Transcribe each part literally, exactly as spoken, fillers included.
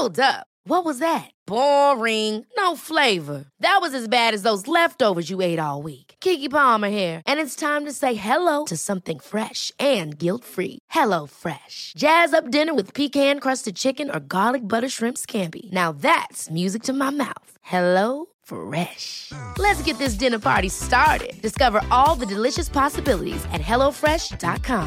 Hold up. What was that? Boring. No flavor. That was as bad as those leftovers you ate all week. Keke Palmer here, and it's time to say hello to something fresh and guilt-free. Hello Fresh. Jazz up dinner with pecan-crusted chicken or garlic butter shrimp scampi. Now that's music to my mouth. Hello Fresh. Let's get this dinner party started. Discover all the delicious possibilities at hello fresh dot com.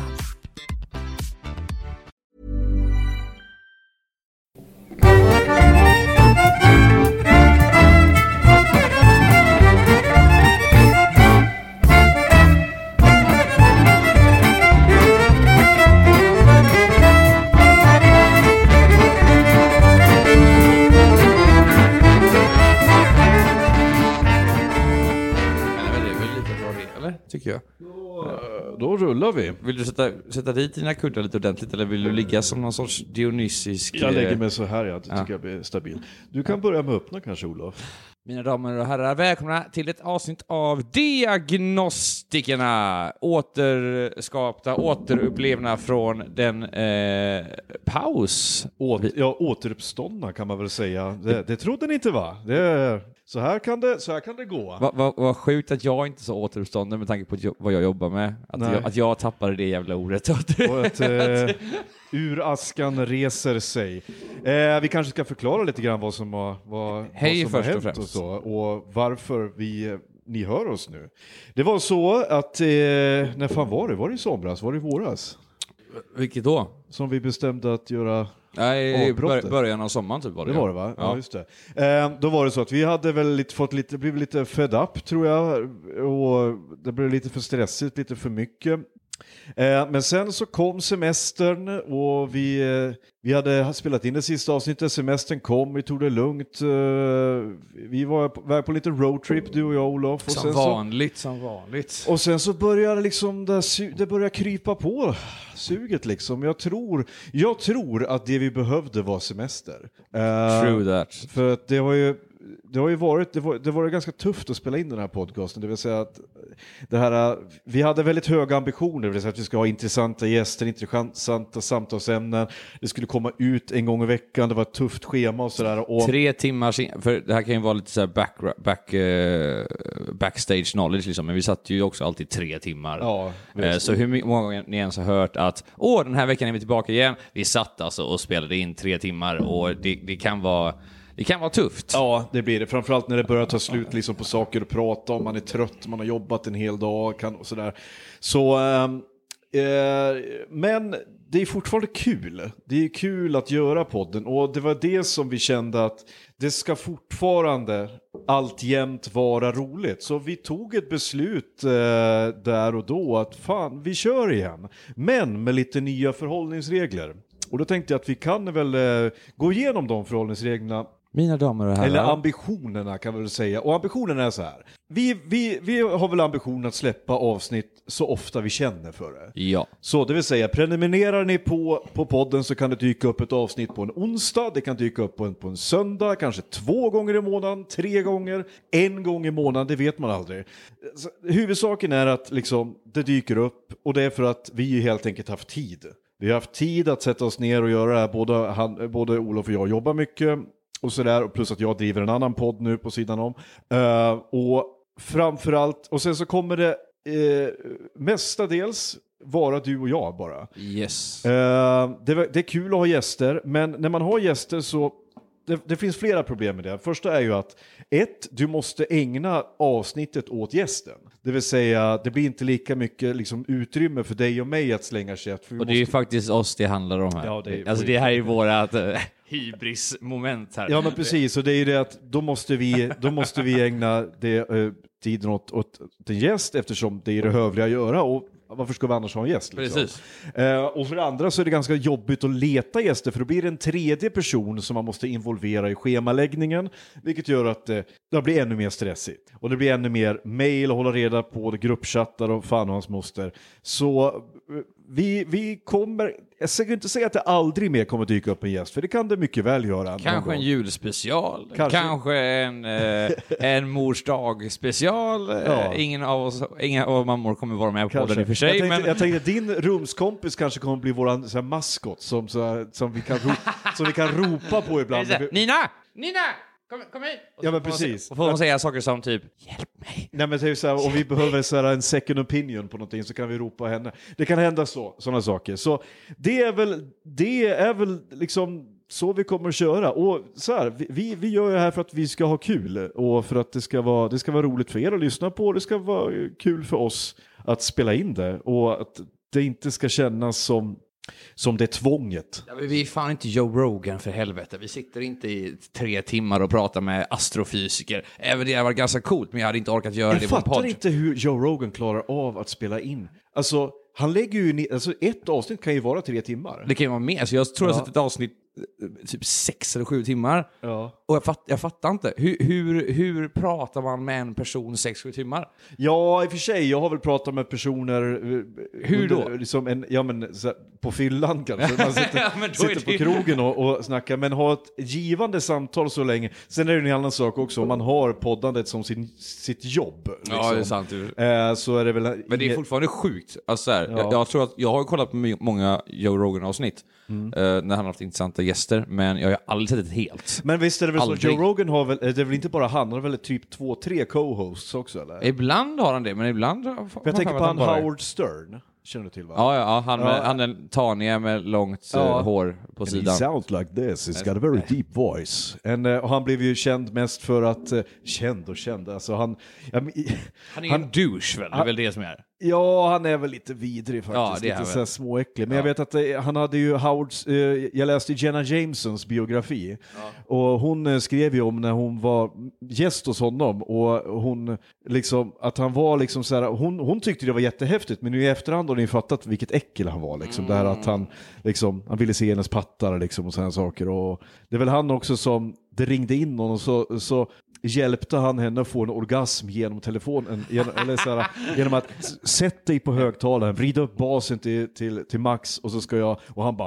Tycker jag. Då, då rullar vi. Vill du sätta, sätta dit dina kuddar lite ordentligt eller vill du ligga som någon sorts dionysisk... Jag lägger mig så här, jag tycker ja. jag blir stabil. Du kan börja med att öppna kanske, Olof. Mina damer och herrar, välkomna till ett avsnitt av Diagnostikerna. Återskapta, återupplevna från den eh, paus. Åt, ja, återuppståndna kan man väl säga. Det, det trodde ni inte, va? Det, så, här kan det, så här kan det gå. Vad va, va sjukt att jag inte så återuppstånden med tanke på vad jag jobbar med. Att, jag, att jag tappade det jävla ordet. Och att eh, ur askan reser sig. Eh, vi kanske ska förklara lite grann vad som har, vad, Hej, vad som har hänt och, och så. Och varför vi, ni hör oss nu. Det var så att, eh, när fan var det? Var det i somras? Var det i våras? Vilket då? Som vi bestämde att göra... Nej, i bör- början av sommaren typ var det. Det var det, va? Ja, ja just det. Eh, då var det så att vi hade väl lite, fått lite, blivit lite fed up, tror jag. Och det blev lite för stressigt, lite för mycket. Eh, men sen så kom semestern och vi, eh, vi hade spelat in det sista avsnittet. Semestern kom, vi tog det lugnt. Eh, vi var på väg på lite roadtrip, du och jag, Olof. Och som sen vanligt, så, som vanligt. Och sen så började liksom det, det började krypa på suget liksom. Jag tror, jag tror att det vi behövde var semester. Eh, True that. För att det var ju Det har ju varit, det var, det var ganska tufft att spela in den här podcasten. Det vill säga att det här, vi hade väldigt höga ambitioner. Det vill säga att vi ska ha intressanta gäster, intressanta samtalsämnen. Det skulle komma ut en gång i veckan. Det var ett tufft schema och sådär. Och tre timmar, för det här kan ju vara lite så här back, back, uh, backstage knowledge liksom. Men vi satt ju också alltid tre timmar. Ja, uh, så hur många gånger ni ens har hört att åh, den här veckan är vi tillbaka igen. Vi satt alltså och spelade in tre timmar och det, det kan vara... Det kan vara tufft. Ja, det blir det. Framförallt när det börjar ta slut liksom på saker att prata om. Man är trött, man har jobbat en hel dag kan, och sådär. Så, äh, äh, men det är fortfarande kul. Det är kul att göra podden. Och det var det som vi kände att det ska fortfarande alltjämt vara roligt. Så vi tog ett beslut äh, där och då att fan, vi kör igen. Men med lite nya förhållningsregler. Och då tänkte jag att vi kan väl äh, gå igenom de förhållningsreglerna. Mina damer och herrar. Eller ambitionerna kan vi väl säga. Och ambitionen är så här. Vi, vi, vi har väl ambitionen att släppa avsnitt så ofta vi känner för det. Ja. Så det vill säga, prenumererar ni på, på podden så kan det dyka upp ett avsnitt på en onsdag. Det kan dyka upp på en, på en söndag. Kanske två gånger i månaden, tre gånger, en gång i månaden. Det vet man aldrig. Så, huvudsaken är att liksom, det dyker upp. Och det är för att vi helt enkelt haft tid. Vi har haft tid att sätta oss ner och göra det här. Både, han, både Olof och jag jobbar mycket. Och sådär, plus att jag driver en annan podd nu på sidan om. Uh, och framförallt, och sen så kommer det uh, mestadels vara du och jag bara. Yes. Uh, det, det är kul att ha gäster, men när man har gäster så det, det finns flera problem med det. Första är ju att ett, du måste ägna avsnittet åt gästen. Det vill säga, det blir inte lika mycket liksom, utrymme för dig och mig att slänga käft. Och det är ju faktiskt oss det handlar om här. Ja, det är, alltså det här är ju vårat uh, hybris-moment här. Ja, men precis. Och det är ju det att då måste vi, då måste vi ägna det, uh, tiden åt, åt en gäst eftersom det är det hövliga att göra. Och varför ska vi annars ha en gäst? Liksom? Precis. Uh, och för det andra så är det ganska jobbigt att leta gäster, för då blir det en tredje person som man måste involvera i schemaläggningen, vilket gör att uh, det blir ännu mer stressigt. Och det blir ännu mer mejl och hålla reda på det, gruppchattar och fan och hans moster. Så uh, vi, vi kommer, jag ska inte säga att det aldrig mer kommer dyka upp en gäst, för det kan det mycket väl göra. Kanske en julspecial, Kanske, kanske en, eh, en mors dag special. Ja. Ingen av oss, inga av mammor kommer vara med på podden i och för sig. Jag tänkte, men... jag tänkte att din rumskompis kanske kommer bli våran så här, maskot som, så här, som, vi kan ro, som vi kan ropa på ibland. Nina! Nina! Kom, kom hit! Och ja, men precis. Och får man säga saker som typ, hjälp mig. Nej, men typ så här, om vi behöver så här, en second opinion på någonting så kan vi ropa henne. Det kan hända så, sådana saker. Så det är väl, det är väl liksom så vi kommer att köra. Och så här, vi, vi gör det här för att vi ska ha kul och för att det ska vara, det ska vara roligt för er att lyssna på. Det ska vara kul för oss att spela in det och att det inte ska kännas som Som det tvånget. Ja, vi är fan inte Joe Rogan för helvete. Vi sitter inte i tre timmar och pratar med astrofysiker. Även det har varit ganska coolt, men jag hade inte orkat göra jag det på en podd. Jag fattar inte hur Joe Rogan klarar av att spela in. Alltså, han lägger ju ner, alltså ett avsnitt kan ju vara tre timmar. Det kan ju vara mer. Så jag tror ja. jag har sett ett avsnitt typ sex eller sju timmar. Ja. Och jag, fatt, jag fattar inte. Hur, hur, hur pratar man med en person sex sju timmar? Ja, i och för sig. Jag har väl pratat med personer... Hur under, då? Liksom en, ja, men så här, på fyllan kanske. Man sitter, ja, sitter på krogen och, och snackar. Men ha ett givande samtal så länge. Sen är det en annan sak också. Om man har poddandet som sin, sitt jobb. Liksom, ja, det är sant. Eh, så är det väl... Men det är fortfarande sjukt. Alltså, här, ja. jag, jag tror att jag har kollat på många Joe Rogan-avsnitt. Mm. Uh, när han har haft intressanta gäster, men jag har aldrig sett ett helt. Men visst är det väl aldrig. så, Joe Rogan har väl, det är väl inte bara han, han har väl typ två, tre co-hosts också, eller? Ibland har han det, men ibland... Har, jag tänker på han Howard Stern, känner du till va? Ja, ja han, ja. Med, han är taniga med långt ja. uh, hår på And sidan. He sounds like this, he's got a very deep voice. And, uh, och han blev ju känd mest för att, uh, känd och känd, alltså han... Ja, men, han är han, en douche väl, det är väl det som är. Ja, han är väl lite vidrig faktiskt, ja, lite så här småäcklig. Men ja. jag vet att eh, han hade ju Howards, eh, jag läste Jenna Jamesons biografi. Ja. Och hon eh, skrev ju om när hon var gäst hos honom. Och hon, liksom, att han var liksom så här, hon, hon tyckte det var jättehäftigt. Men nu i efterhand har ni fattat vilket äckel han var. Liksom. Mm. Det här att han, liksom, han ville se hennes pattar liksom, och sådana saker. Och det är väl han också som, det ringde in honom och så... så hjälpte han henne att få en orgasm genom telefonen genom, eller så här, genom att sätta dig på högtalaren, vrida upp basen till, till, till max och så ska jag, och han bara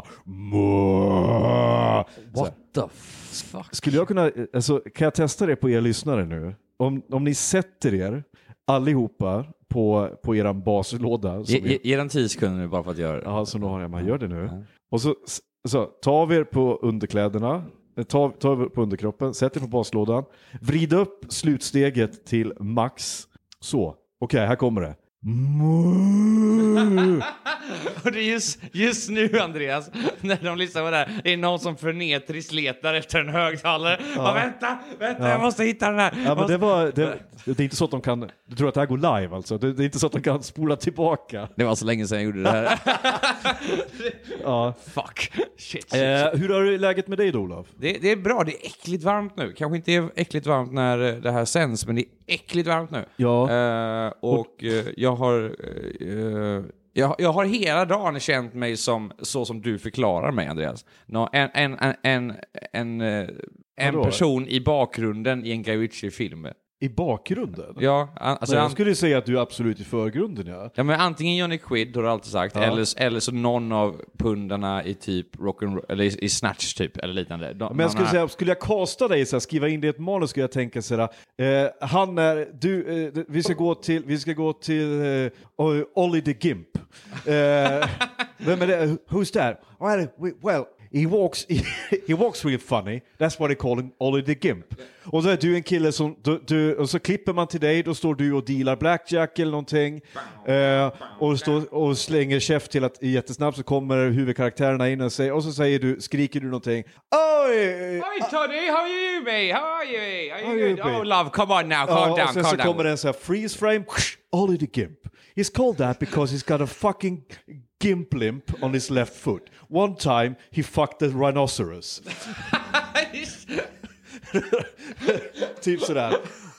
what the fuck? Skulle jag kunna, alltså, kan jag testa det på er lyssnare nu? Om, om ni sätter er allihopa på, på eran baslåda. Ge, ge, ge den tio sekunder nu bara för att göra det. Ja, så nu har jag, man gör det nu. Ja. Och så, så tar vi er på underkläderna. Ta, ta på underkroppen, sätt dig på baslådan, vrid upp slutsteget till max. Så, okej, okay, här kommer det. Och det är just, just nu, Andreas, när de lyssnar på det här, det är någon som förnetriskt letar efter en högtalare. Ja. Och vänta, vänta, ja. jag måste hitta den här. Ja, men det, var, det, det är inte så att de kan, du tror att det här går live alltså, det, det är inte så att de kan spola tillbaka. Det var så länge sedan jag gjorde det här. Ja. Fuck. Shit, shit, eh, shit. Hur är läget med dig då, Olof? Det, det är bra, det är äckligt varmt nu. Kanske inte är äckligt varmt när det här sänds, men det är äckligt varmt nu. Ja. Eh, och eh, jag har... Eh, jag, jag har hela dagen känt mig som så som du förklarar mig, Andreas. No, en en, en, en, en, en person i bakgrunden i en Guy Ritchie-film. I bakgrunden? Ja, alltså Nej, jag skulle säga att du är absolut i förgrunden, ja. Ja, men antingen Johnny Quid har du alltid sagt, ja. eller, eller så någon av pundarna i typ rock'n'roll, eller i, i Snatch typ, eller liknande. De, men jag skulle här... säga, skulle jag kasta dig så här, skriva in det i ett manus, skulle jag tänka så här, eh, han är, du, eh, vi ska gå till, vi ska gå till eh, Ollie the Gimp. Eh, vem är det? Who's that? Well, he walks, he, he walks real funny. That's what they call him, Ollie the Gimp. Och så är du en kille som, du, du, och så klipper man till dig, då står du och dealar blackjack eller någonting. Eh, och, står, och slänger käft till att jättesnabbt så kommer huvudkaraktärerna in och säger, och så säger du, skriker du någonting. Oj! Hi Tony, how are you me? How are you? Are you good? Oh love, come on now, calm uh, down, och sen calm så down. kommer det en sån här freeze frame, Ollie the Gimp. He's called that because he's got a fucking gimp limp on his left foot. One time he fucked a rhinoceros. Typ sådär.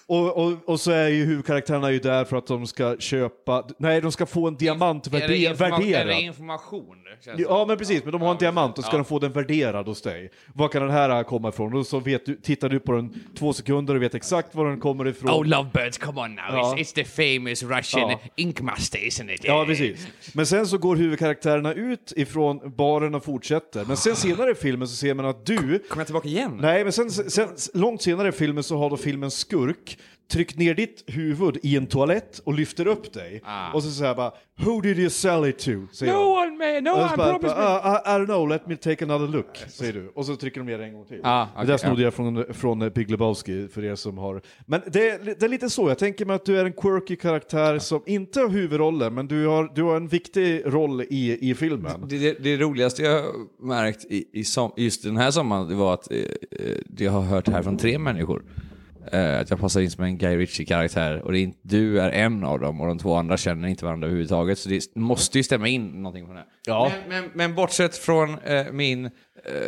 Och, och, och så är ju huvudkaraktärerna ju där för att de ska köpa... Nej, de ska få en diamant Är det, värder, informa- värderad. är det information? Känns Ja, men precis. Men de har en ja, diamant och ska ja. de få den värderad hos dig. Var kan den här komma ifrån? Och så vet du, tittar du på den två sekunder och vet exakt var den kommer ifrån. Oh, lovebirds, come on now. Ja. It's, it's the famous Russian Ja. ink master, isn't it? Ja, precis. Men sen så går huvudkaraktärerna ut ifrån baren och fortsätter. Men sen senare i filmen så ser man att du... Kommer jag tillbaka igen? Nej, men sen, sen långt senare i filmen så har då filmen skurk tryckt ner ditt huvud i en toalett och lyfter upp dig. Ah. Och så säger jag bara, who did you sell it to? Säger No de. one, man. No Och one, så bara, promise me. uh, I, I don't know, let me take another look, säger du. Och så trycker de ner en gång till. Ah, det okej, där snodde ja. jag från, från Big Lebowski, för er som har... Men det, är- det är lite så, jag tänker mig att du är en quirky karaktär som inte har huvudrollen, men du har, du har en viktig roll i, i filmen. Det, det, det roligaste jag har märkt i, i som, just den här sommaren det var att eh, det jag har hört här från tre människor. Eh, att jag passar in som en Guy Ritchie-karaktär och det är inte, du är en av dem och de två andra känner inte varandra överhuvudtaget. Så det måste ju stämma in någonting på det här. Ja. Men, men, men bortsett från eh, min eh,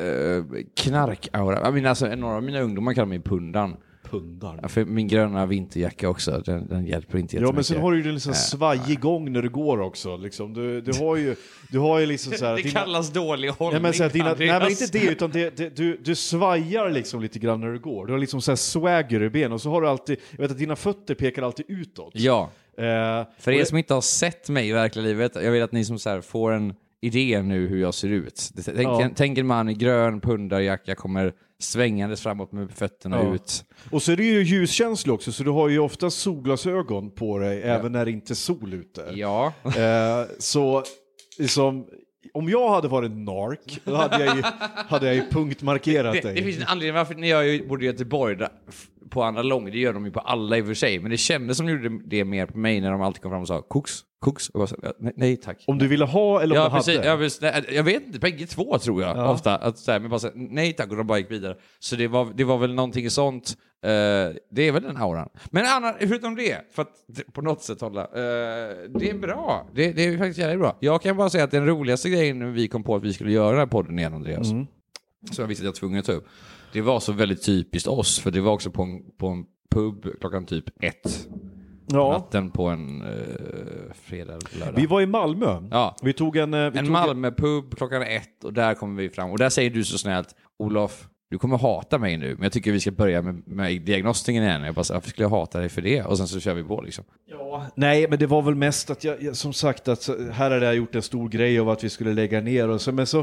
knarkaura, jag menar, alltså, några av mina ungdomar kallar mig pundan. Pundan. Ja, för min gröna vinterjacka också, den, den hjälper inte Ja, jättemycket. men sen har du ju liksom svajig gång när du går också. Liksom. Du, du, har ju, du har ju liksom så här... det dina- kallas dålig hållning. Nej men, så här, dina, nej, Andreas. men inte det, utan det, det, du, du svajar liksom lite grann när du går. Du har liksom så här swagger i ben och så har du alltid, jag vet att dina fötter pekar alltid utåt. Ja. Eh, För och er det- som inte har sett mig i verkliga livet, jag vill att ni som så här får en idé nu hur jag ser ut. Tänk, Ja. tänk en man i grön pundarjacka kommer svängandes framåt med fötterna Ja. ut. Och så är det ju ljuskänslig också, så du har ju ofta solglasögon på dig även när det inte är sol ute. Ja. Eh, så liksom, om jag hade varit nark, då hade jag ju, hade jag ju punktmarkerat Det, dig. det finns en anledning varför när jag ju bodde i Göteborg där, f- på andra lång, det gör de ju på alla i och för sig, men det kändes som de gjorde det mer på mig när de alltid kom fram och sa koks, koks, och jag sa, nej, nej tack. Om du ville ha eller om Ja, du precis. hade. Ja, precis. Nej, jag vet inte, bägge två tror jag Ja. ofta. Att, så här, men bara så här, nej tack, och de bara gick vidare. Så det var, det var väl någonting sånt. Eh, det är väl den auran. Men annars, förutom det, för att det- på något sätt hålla, eh, det är bra. Det, det är faktiskt jävligt bra. Jag kan bara säga att den roligaste grejen när vi kom på att vi skulle göra den här podden igen, Andreas, Mm. så jag visste att jag var tvungen att ta upp. Det var så väldigt typiskt oss, för det var också på en, på en pub klockan typ ett. Ja. Natten på en eh, fredag eller lördag. Vi var i Malmö. Ja. Vi tog en... eh, Vi En tog Malmö-pub klockan ett och där kommer vi fram. Och där säger du så snällt, Olof, du kommer hata mig nu, men jag tycker vi ska börja med, med diagnostiken igen. Jag bara, så, varför skulle jag hata dig för det? Och sen så kör vi på liksom. Ja, nej, men det var väl mest att jag, jag som sagt, att så- här hade jag gjort en stor grej av att vi skulle lägga ner och så, men så,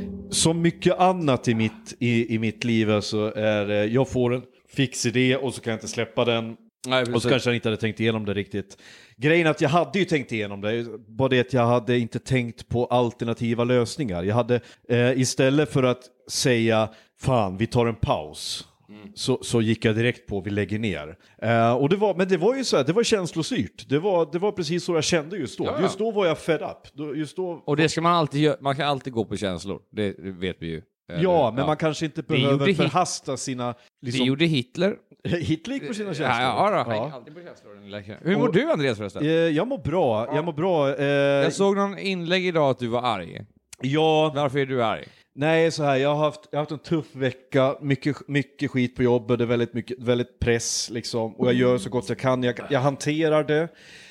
så mycket annat i mitt, i, i mitt liv, alltså är eh, jag får en fix idé och så kan jag inte släppa den. Nej, Och så kanske jag inte hade tänkt igenom det riktigt. Grejen är att jag hade ju tänkt igenom det, bara det att jag hade inte tänkt på alternativa lösningar. Jag hade eh, istället för att säga, fan vi tar en paus, mm. så, så gick jag direkt på, vi lägger ner. Eh, och det var, men det var ju så här, det var känslostyrt. Det var, det var precis så jag kände just då. Ja, ja. Just då var jag fed up. Då, just då... Och det ska man alltid göra, man kan alltid gå på känslor, det vet vi ju. Ja, men man kanske inte Det gjorde behöver Hit- förhasta sina... Det Liksom, gjorde Hitler. Hitler gick på sina känslor. Ja, ja, då, Ja. ja. Alltid på känslor. den lilla killen. Hur mår Och- du, Andreas, förresten? Eh, jag mår bra, jag mår bra. Eh, Jag såg någon inlägg idag att du var arg. ja, Varför är du arg? nej, så här, jag har haft, jag har haft en tuff vecka, mycket, mycket skit på jobbet, det är väldigt, mycket, väldigt press liksom, och jag gör så gott jag kan, jag, jag hanterar det.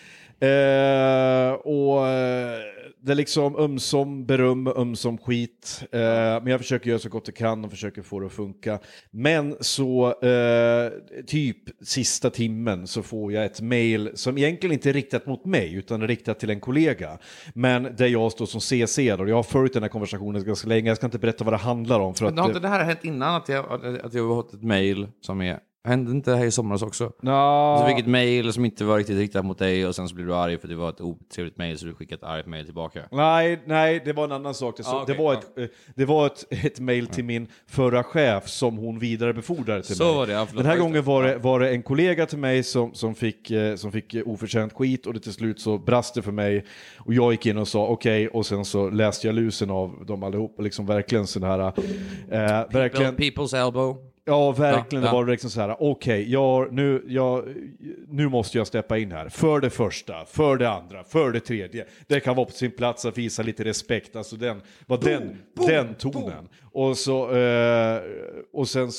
Eh, och eh, det är liksom ömsom beröm, ömsom skit, eh, men jag försöker göra så gott jag kan och försöker få det att funka. Men så eh, typ sista timmen så får jag ett mail som egentligen inte är riktat mot mig utan är riktat till en kollega, men där jag står som C C då. Jag har följt den här konversationen ganska länge, jag ska inte berätta vad det handlar om för att Men har inte det här hänt innan, att jag, att jag har fått ett mejl som är... Hände inte det här i somras också? Nå, Du fick ett mejl som inte var riktigt riktat mot dig och sen så blev du arg för det var ett otrevligt mejl så du skickade ett argt mejl tillbaka. nej, nej, det var en annan sak. Det, så, Ah, okej, det var, ja. ett, eh, det var ett, ett mejl till min förra chef som hon vidarebefordrade till Så mig. var det, ja, förlåt. Den här Just gången det. var det, var det en kollega till mig som, som, fick, eh, som fick eh, oförtjänt skit och det till slut så brast det för mig och jag gick in och sa okej, och sen så läste jag lusen av dem allihop och liksom verkligen sån här eh, verkligen, People's elbow. ja verkligen, Ja, det ja. var liksom så här okej, jag, nu, jag, nu måste jag steppa in här, för det första, för det andra, för det tredje, det kan vara på sin plats att visa lite respekt, alltså den, var den, den tonen och så, eh, och sen så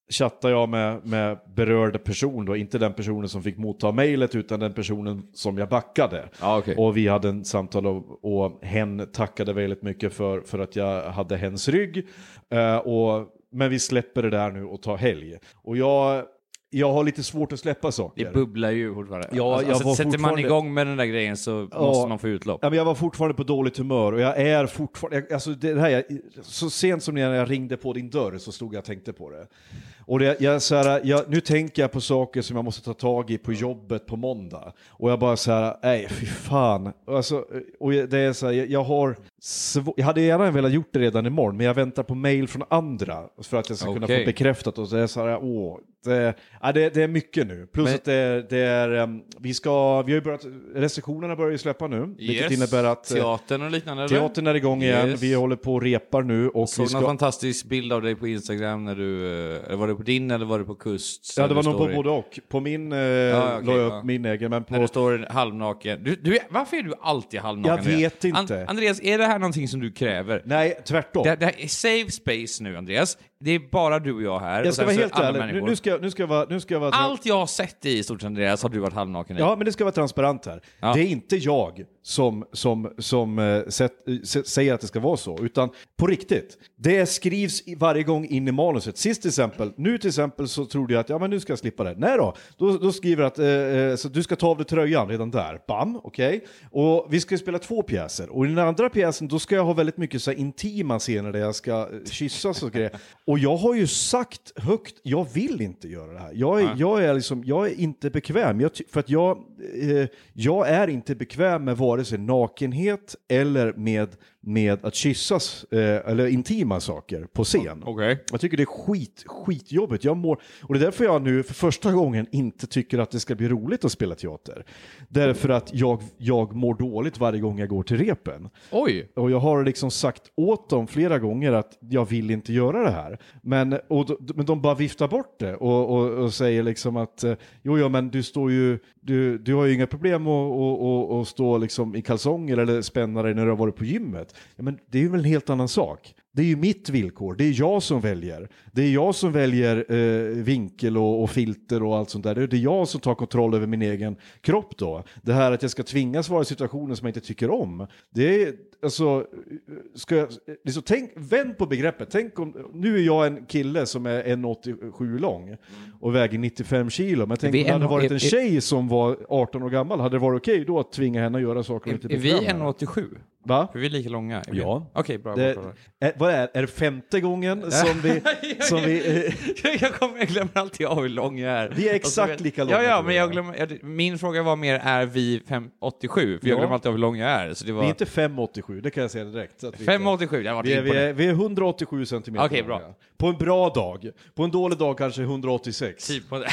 chattade jag med, med berörd person då, inte den personen som fick motta mejlet utan den personen som jag backade. Ah, okay. Och vi hade en samtal och, och hen tackade väldigt mycket för, för att jag hade hens rygg. Uh, och, men vi släpper det där nu och tar helg. Och jag... Jag har lite svårt att släppa saker. Det bubblar ju fortfarande. Ja, alltså, jag alltså, var sätter fortfarande... man igång med den där grejen så ja, måste man få utlopp. Ja, men jag var fortfarande på dåligt humör och jag är fortfarande... Alltså det här, jag, så sent som när jag ringde på din dörr så stod jag och tänkte på det. Och det, jag, så här, jag, nu tänker jag på saker som jag måste ta tag i på jobbet på måndag. Och jag bara så här, nej fy fan. Alltså, och det är så här, jag, jag har... Sv- jag hade gärna velat gjort det redan imorgon, men jag väntar på mejl från andra för att jag ska okay. kunna få bekräftat. Och så är det så här, åh, det, ja, det, det är mycket nu. Plus men... att det, det är, um, vi ska, vi har ju börjat, restriktionerna börjar ju släppa nu. Yes. Vilket innebär att teatern och liknande. Teatern är igång igen, yes. Vi håller på och repar nu. Och såg vi ska... någon fantastisk bild av dig på Instagram när du, eller var det på din eller var det på Kust? Ja, det var nog på både och. På min, eh, ja, okay, la jag upp ja. min egen. Men på... När du står halvnaken. Du, du, varför är du alltid halvnaken? Jag vet inte. And, Andreas, är det här någonting som du kräver? Nej, tvärtom. Det, det här är safe space nu, Andreas. Det är bara du och jag här. Jag ska vara helt ärlig. Nu, nu, ska, nu, ska vara, nu ska vara... Allt jag har sett i stort, Andreas, har du varit halvnaken i. Ja, men det ska vara transparent här. Ja. Det är inte jag som, som, som uh, set, uh, säger att det ska vara så, utan på riktigt. Det skrivs varje gång in i manuset. Sist till exempel, nu till exempel så trodde jag att ja, men nu ska jag slippa det. Nej då, då, då skriver att uh, så du ska ta av dig tröjan redan där. Bam, okej. Okay. Och vi ska spela två pjäser. Och i den andra pjäsen då ska jag ha väldigt mycket så här intima scener där jag ska kyssas och grejer. Och jag har ju sagt högt, jag vill inte göra det här. Jag är, jag är, liksom, jag är inte bekväm. Jag ty- för att jag, eh, jag är inte bekväm med vare sig nakenhet eller med, med att kyssas eh, eller intima saker på scen. Okay. Jag tycker det är skit, skitjobbigt. Jag mår, och det är därför jag nu för första gången inte tycker att det ska bli roligt att spela teater. Därför att jag, jag mår dåligt varje gång jag går till repen. Oj. Och jag har liksom sagt åt dem flera gånger att jag vill inte göra det här. Men, och, men de bara viftar bort det och, och, och säger liksom att jo, ja, men du står ju du, du har ju inga problem att och, och, och stå liksom i kalsonger eller spänna dig när du har varit på gymmet. Ja, men det är ju väl en helt annan sak. Det är ju mitt villkor. Det är jag som väljer. Det är jag som väljer eh, vinkel och, och filter och allt sånt där. Det är jag som tar kontroll över min egen kropp då. Det här att jag ska tvingas vara i situationer som jag inte tycker om. Det är alltså ska jag liksom, tänk, vänd på begreppet. Tänk om nu är jag en kille som är en komma åttiosju lång och väger nittiofem kilo. Men tänk om det hade varit en tjej som var arton år gammal. Hade det varit okej okay då att tvinga henne att göra saker är, inte är vi en komma åttiosju? Va? Är vi lika långa? Ja. Okej, okay, bra. Det, bra, bra. Är, vad är, är det femte gången som vi... som vi eh... jag, kommer, jag glömmer alltid av hur lång jag är. Vi är exakt så, lika långa. Ja, ja, men jag glömmer, jag, min fråga var mer, är vi fem komma åttiosju? För jag ja. glömmer alltid av hur lång jag är. Så det var... Vi är inte fem komma åttiosju, det kan jag säga direkt. Så att vi fem komma åttiosju, det har varit vi, är, vi, är, vi är hundraåttiosju centimeter. Okej, okay, bra. På en bra dag. På en dålig dag kanske hundraåttiosex. Typ på det.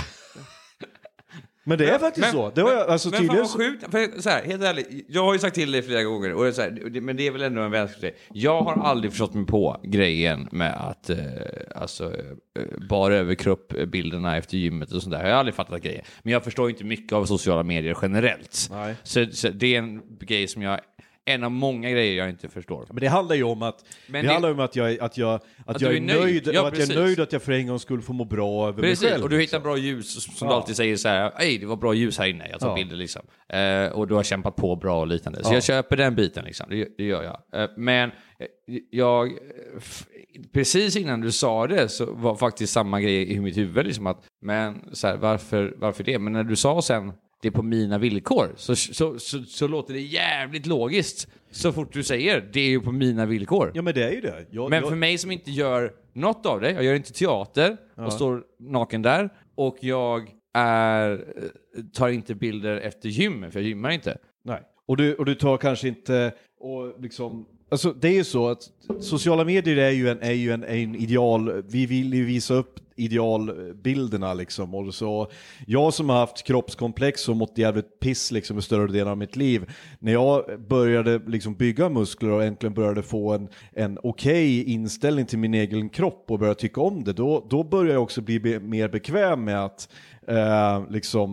Men det är men, faktiskt men, så. Det var jag, alltså, men fan vad sjukt. För, så här, helt ärligt, jag har ju sagt till dig flera gånger, och så här, men det är väl ändå en vänskap. Jag har aldrig förstått mig på grejen med att eh, alltså, eh, bara överkroppbilderna efter gymmet och sånt där. Jag har aldrig fattat grejen. Men jag förstår inte mycket av sociala medier generellt. Nej. Så, så det är en grej som jag... En av många grejer jag inte förstår. Men det handlar ju om att det, det handlar om att jag att jag att, att jag är nöjd, nöjd ja, och att jag är nöjd att jag för en gång skulle få må bra över precis. mig själv. Och du hittar bra ljus som ja. Du alltid säger så här, "Ej, det var bra ljus här inne. Jag tar ja. bilder liksom." Eh, och du har kämpat på bra och liknande. Så ja. jag köper den biten liksom. Det, det gör jag. Eh, men jag f- precis innan du sa det så var faktiskt samma grej i mitt huvud liksom att men så här, varför varför det? Men när du sa sen det är på mina villkor så, så, så, så låter det jävligt logiskt så fort du säger det är ju på mina villkor. Ja, men det är ju det. Jag, men jag... för mig som inte gör något av det, jag gör inte teater ja. och står naken där och jag är, tar inte bilder efter gym för jag gymmar inte. Nej. Och du, och du tar kanske inte och liksom alltså det är ju så att sociala medier är ju en, är ju en, en ideal, vi vill ju visa upp idealbilderna liksom, och så jag som har haft kroppskomplex och mått jävligt piss liksom i större delen av mitt liv, när jag började liksom bygga muskler och äntligen började få en, en okej okay inställning till min egen kropp och började tycka om det, då, då började jag också bli be- mer bekväm med att eh, liksom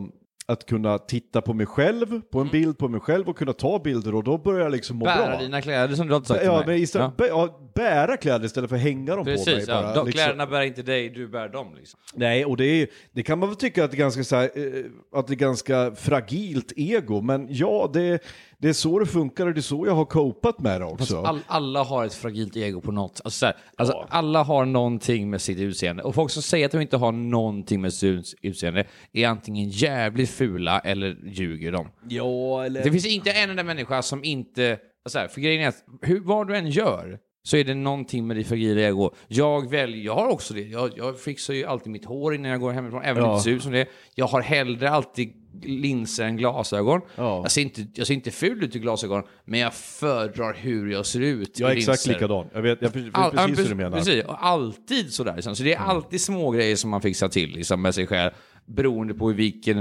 att kunna titta på mig själv, på en mm. bild på mig själv och kunna ta bilder, och då börjar jag liksom må bära bra. Bära dina kläder som du har sagt ja, till mig. Men istället, ja. Ja, bära kläder istället för att hänga dem Precis, på mig. Ja. Bara, De, liksom. Kläderna bär inte dig, du bär dem. Liksom. Nej, och det, är, det kan man väl tycka att det är ganska, så här, att det är ganska fragilt ego, men ja, det, det är så det funkar och det är så jag har copat med det också. All, alla har ett fragilt ego på något. Alltså, så här, alltså, ja. Alla har någonting med sitt utseende. Och folk som säger att de inte har någonting med sitt utseende är antingen jävligt fula eller ljuger de. Ja, eller... Det finns inte en enda människa som inte... Så här, för grejen är att hur, vad du än gör så är det någonting med ditt fragila ego. Jag väljer, jag har också det. Jag, jag fixar ju alltid mitt hår innan jag går hemifrån. Även om det ser ut som det. Jag har hellre alltid linser än glasögon. Ja. Jag, ser inte, jag ser inte ful ut i glasögon, men jag föredrar hur jag ser ut. Jag är exakt likadan. Jag vet, jag vet All, precis hur du menar. Precis, och alltid sådär. Liksom. Så det är mm. alltid små grejer som man fixar till liksom, med sig själv. Beroende på i vilken,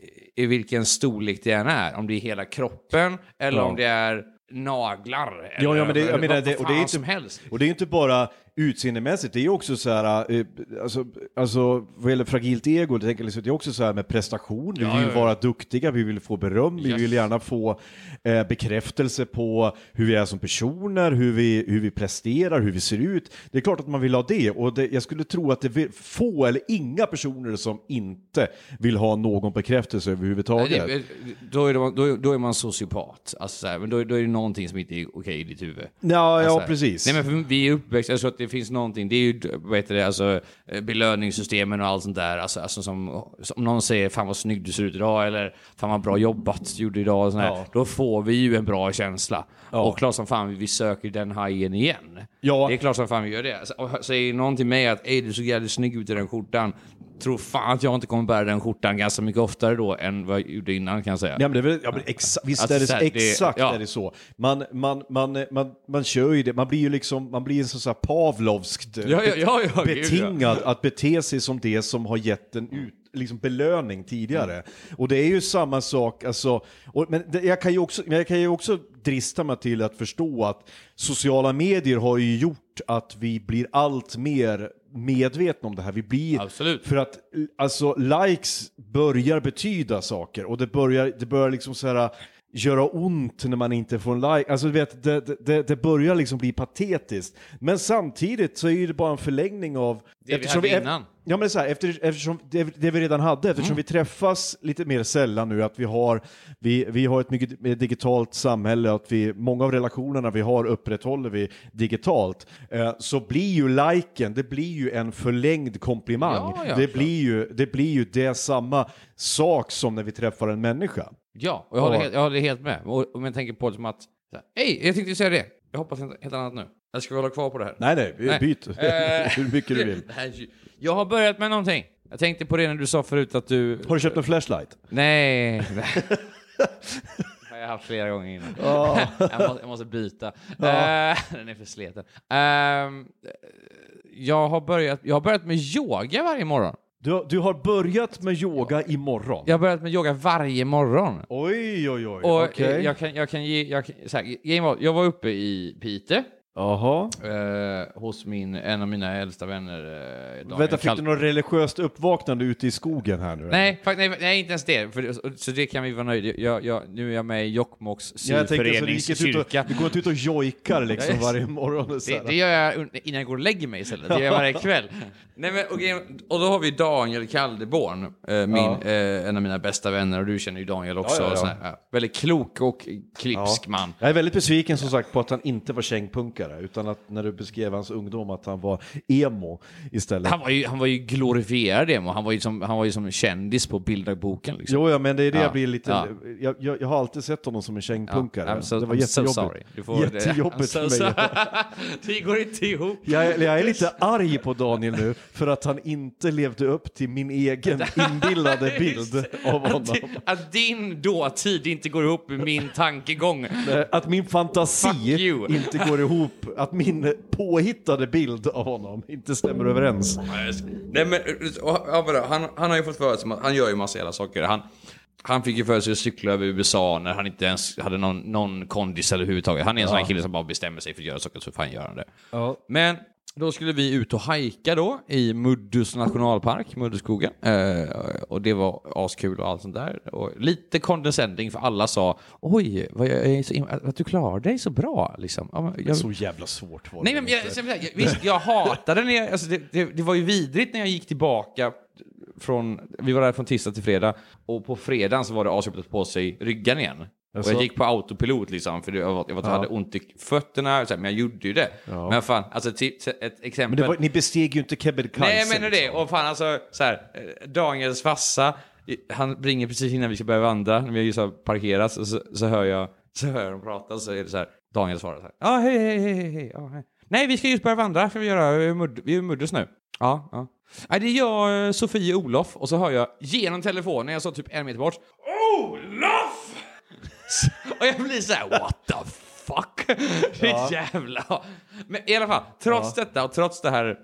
i vilken storlek det än är. Om det är hela kroppen eller ja. om det är naglar. Eller, ja, ja, men det, jag menar, det, och det är inte, som helst. Och det är inte bara utseendemässigt, det är också så här, eh, alltså, alltså vad gäller fragilt ego, det, tänker, det är också så här med prestation, vi ja, vill ja, ja. vara duktiga, vi vill få beröm, yes. vi vill gärna få eh, bekräftelse på hur vi är som personer, hur vi, hur vi presterar, hur vi ser ut. Det är klart att man vill ha det, och det, jag skulle tro att det är få eller inga personer som inte vill ha någon bekräftelse överhuvudtaget. Nej, det, då, är det, då, då är man sociopat, alltså, så här, men då, då är det någonting som inte är okej i ditt huvud. Ja, alltså, ja precis. Nej, men för vi är uppväxt, jag tror att det finns någonting, det är ju, vad heter det, alltså belöningssystemen och allt sånt där, alltså, alltså som, som någon säger, fan vad snygg du ser ut idag, eller fan vad bra jobbat du gjorde idag och sånt ja. Då får vi ju en bra känsla. Ja. Och klart som fan vi söker den hajen igen. Ja. Det är klart som fan vi gör det. Och säger någon till mig att ej, du är så jävligt snygg ut i den skjortan, tror fan att jag inte kommer bära den skjortan ganska mycket oftare då än vad jag gjorde innan, kan jag säga. Ja, men det är väl, ja, men exa- visst alltså, är det, det exakt ja. är det så. Man, man, man, man, man kör ju det, man blir ju liksom, man blir en sån här pavlovskt ja, ja, ja, ja, betingad att bete sig som det som har gett en ut liksom belöning tidigare. Mm. Och det är ju samma sak, alltså, och, men det, jag kan ju också, jag kan ju också drista mig till att förstå att sociala medier har ju gjort att vi blir allt mer medvetna om det här. Vi blir, absolut. För att alltså likes börjar betyda saker, och det börjar, det börjar liksom så här göra ont när man inte får en like. Alltså du vet, det, det, det börjar liksom bli patetiskt. Men samtidigt så är det bara en förlängning av det vi hade innan. Ja, men det är så här, efter, eftersom det, det vi redan hade, eftersom mm. vi träffas lite mer sällan nu, att vi har vi, vi har ett mycket digitalt samhälle, att vi, många av relationerna vi har upprätthåller vi digitalt, eh, så blir ju liken, det blir ju en förlängd komplimang. Ja, ja, det, blir ju, det blir ju det samma sak som när vi träffar en människa. Ja, och jag håller, helt, jag håller helt med. Och om jag tänker på det som att, hej, jag tänkte säga det. Jag hoppas inte helt annat nu. Jag ska hålla kvar på det här. Nej, nej, nej. Byt. Hur mycket du vill. Jag har börjat med någonting. Jag tänkte på det när du sa förut att du... Har du köpt en flashlight? Nej. Jag har haft flera gånger innan. Oh. jag, måste, jag måste byta. Oh. Uh, den är för sleten. Uh, jag, har börjat, jag har börjat med yoga varje morgon. Du, du har börjat med yoga imorgon? Jag har börjat med yoga varje morgon. Oj, oj, oj. Och okay. jag kan, jag kan ge... Jag, kan, så här, jag var uppe i Piteå. Aha. Eh, hos min, en av mina äldsta vänner eh, Vänta, fick Kall- du något religiöst uppvaknande ute i skogen här nu? Nej, fakt- nej, nej, inte ens det, för, så det kan vi vara nöjda. Jag, jag, nu är jag med i Jokkmokks syföreningskyrka. Du går inte ut och jojkar liksom varje morgon. Det, det gör jag innan jag går och lägger mig istället. Det gör jag varje kväll. Nej, men, och, och då har vi Daniel Kaldeborn, eh, min, ja. eh, en av mina bästa vänner, och du känner ju Daniel också. Ja, ja, ja. Så här, ja, väldigt klok och klipsk ja. man. Jag är väldigt besviken som sagt på att han inte var kängpunkare, utan att när du beskrev hans ungdom att han var emo istället. Han var ju, han var ju glorifierad emo. Han var ju som, han var ju som kändis på bilderboken. Liksom. Jo, ja, men det är det ja. jag blir lite... Ja. Jag, jag, jag har alltid sett honom som en kängpunkare. Ja, so, det var I'm jättejobbigt. So sorry. Du får jättejobbigt so för mig. Det går inte ihop. Jag, jag är lite arg på Daniel nu för att han inte levde upp till min egen inbillade bild av honom. Att, att din dåtid inte går ihop med min tankegång. Att min fantasi inte går ihop. Att min påhittade bild av honom inte stämmer överens. Nej, men han, han har ju fått för sig att han gör ju massa hela saker. Han, han fick ju för sig att cykla över U S A när han inte ens hade någon, någon kondis eller överhuvudtaget. Han är en ja. sån här kille som bara bestämmer sig för att göra saker, så fan gör han det. Ja. Men Då skulle vi ut och hajka då i Muddus nationalpark, Mudduskogen. Eh, och det var askul och allt sånt där. Och lite condescending för alla sa, oj, vad jag är så, att du klarar dig så bra. Liksom. Ja, jag... Så jävla svårt var det. Nej, men jag, jag, visst, jag hatade när jag, alltså det, det, det var ju vidrigt när jag gick tillbaka från, vi var där från tisdag till fredag. Och på fredagen så var det asjobbigt på sig ryggen igen. Och jag gick på autopilot liksom, för jag, var, jag var, ja. hade ont i fötterna, men jag gjorde ju det. Ja. Men fan, alltså ett, ett exempel. Men det var, ni besteg ju inte Kebnekaise. Nej, jag menar det. Och fan, alltså, så här, Daniels farsa, han ringer precis innan vi ska börja vandra, när vi just har parkerat, så, så, så hör jag så hör jag dem prata, så är det så här, Daniel svarar så här, ja, ah, hej, hej, hej, hej, ja, hej. Nej, vi ska just börja vandra, för vi göra, vi är, mudd, vi är Muddus nu. Ja, ja. Nej, det är jag, Sofie och Olof, och så hör jag genom telefonen, jag så typ en meter bort, Olof! Och jag blir så här, what the fuck? Det är ja. jävla... Men i alla fall, trots ja. detta och trots det här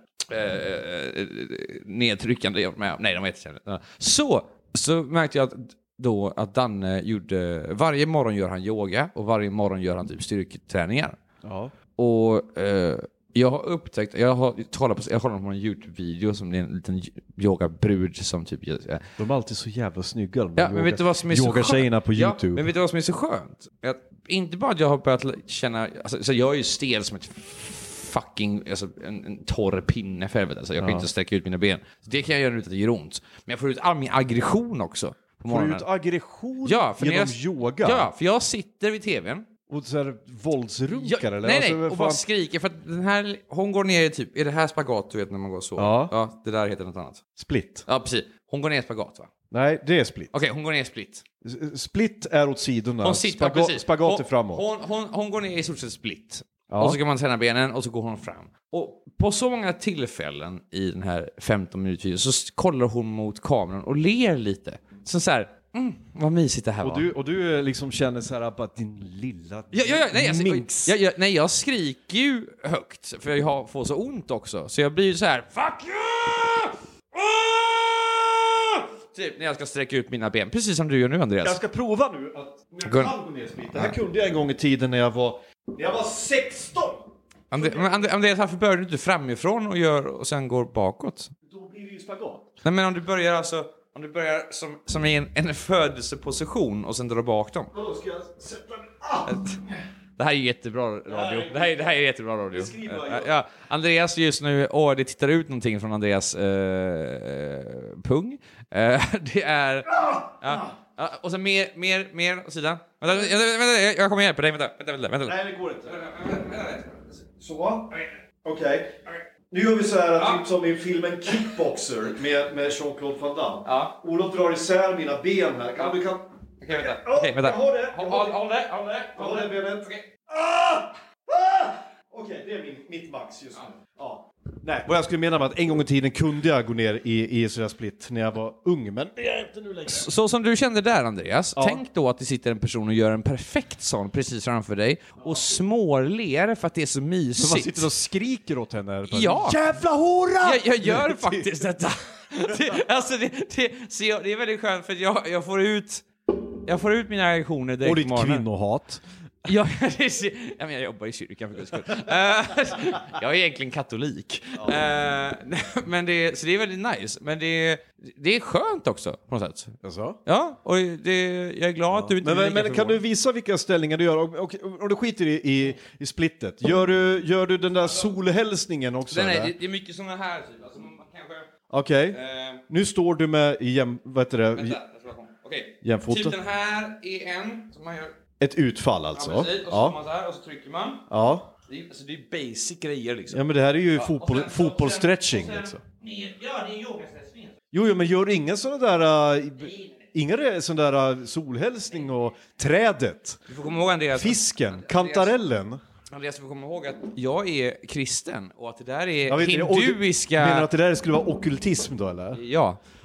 eh, nedtryckande med, nej, de vet inte. Så, så märkte jag att, då att Danne gjorde, varje morgon gör han yoga och varje morgon gör han typ styrketräningar. Ja. Och eh, jag har upptäckt, jag har kollat på, jag kollar på en YouTube-video som är en liten yogabrud som typ... De är alltid så jävla snygga. Ja, men vet du vad som är så skönt? På YouTube. Ja, men vet du vad som är så skönt? Att, inte bara att jag har börjat känna... Alltså, så jag är ju stel som ett fucking... Alltså, en, en torr pinne för helvete. Alltså, jag kan ja. inte sträcka ut mina ben. Så det kan jag göra utan att det gör ont. Men jag får ut all min aggression också. På får du ut aggression ja, för genom jag, yoga? Ja, för jag sitter vid tvn. Och så här våldsrunkar ja, eller? Nej, nej, alltså, och bara skriker. För att den här, hon går ner i typ, är det här spagat du vet när man går så? Ja. Ja, det där heter något annat. Split. Ja, precis. Hon går ner i spagat va? Nej, det är split. Okej, okay, hon går ner i split. Split är åt sidorna. Hon sitter, Spaga- precis. Spagat hon, är framåt. Hon, hon, hon går ner i stort sett split. Ja. Och så kan man träna benen och så går hon fram. Och på så många tillfällen i den här femton minuter så kollar hon mot kameran och ler lite. Så så här, mm, vad mysigt det här och var. Du, och du liksom känner så här att din lilla ja, ja, ja, nej, alltså, minx. Jag, jag, nej, jag skriker ju högt för jag har, får så ont också. Så jag blir ju så här, fuck you! Ah! Typ när jag ska sträcka ut mina ben. Precis som du gör nu, Andreas. Jag ska prova nu att jag kan gå ner split. Det här kunde jag en gång i tiden när jag var, när jag var sexton. Andre, men And, Andreas, varför börjar du inte framifrån och, gör, och sen går bakåt? Då blir det ju spagat. Nej, men om du börjar alltså... Om du börjar som, som i en, en födelseposition och sen drar bak dem. Då ska jag sätta mig... Ah! Det här är jättebra radio. Det här, det här är jättebra radio. Uh, ja, Andreas just nu, åh, det tittar ut någonting från Andreas uh, pung. Uh, det är... Ja, uh, och sen mer, mer, mer åt sidan. Vänta, vänta, vänta, jag kommer hjälpa dig. Vänta, vänta, vänta, vänta. Nej, det går inte. Så. Okej. Okay. Nu gör vi så här, ja. Typ som i filmen Kickboxer med, med Jean-Claude Van Damme. Ja. Olof drar isär mina ben här. Kan, ja. du kan... Okej, vänta. Oh, Okej, vänta. Jag har det. Jag håll, håll det, håll det. Håll det benet. Okej. Ah! Ah! Okej, det är min, mitt max just nu. Ja. Ja. Nej, vad jag skulle mena med att en gång i tiden kunde jag gå ner i, i sådär split när jag var ung, men det är inte nu längre. Så, så som du kände där, Andreas, ja. Tänk då att det sitter en person och gör en perfekt sån precis framför dig och småler för att det är så mysigt. Så man sitter och skriker åt henne. Ja! Jävla hora! Jag, jag gör faktiskt detta. Det, alltså det, det, så jag, det är väldigt skönt för jag, jag får ut jag får ut mina reaktioner direkt. Och ditt kvinnohat. Ja, det är, jag, menar, jag jobbar i kyrkan för guds skull. Uh, jag är egentligen katolik. Uh, men det, så det är väldigt nice. Men det, det är skönt också på något sätt. Alltså? Ja, och det, jag är glad ja. att du inte... Men, men, men kan du visa vilka ställningar du gör? Och, och, och du skiter i, i, i splittet. Gör du, gör du den där solhälsningen också? Nej, nej det, det är mycket sådana här typ. Alltså, man kanske... Okej. Okay. Uh, nu står du med jäm... Vad heter det? Vänta, jag Okej. Okay. Jämfoten. Typ den här är en som man gör... Ett utfall alltså. Ja, precis. Och så ja. man så här och så trycker man. Ja. Det är, alltså, det är basic grejer liksom. Ja, men det här är ju ja. fotboll, fotbollsstretching liksom. Ja, det är yogastretching. Jo, jo, men gör inga sådana där... Uh, inga sådana där uh, solhälsning och trädet. Du får komma ihåg Andreas. Fisken, Andreas, kantarellen. Andreas, du får komma ihåg att jag är kristen och att det där är ja, hinduiska... Du menar att det där skulle vara ockultism då, eller? Ja.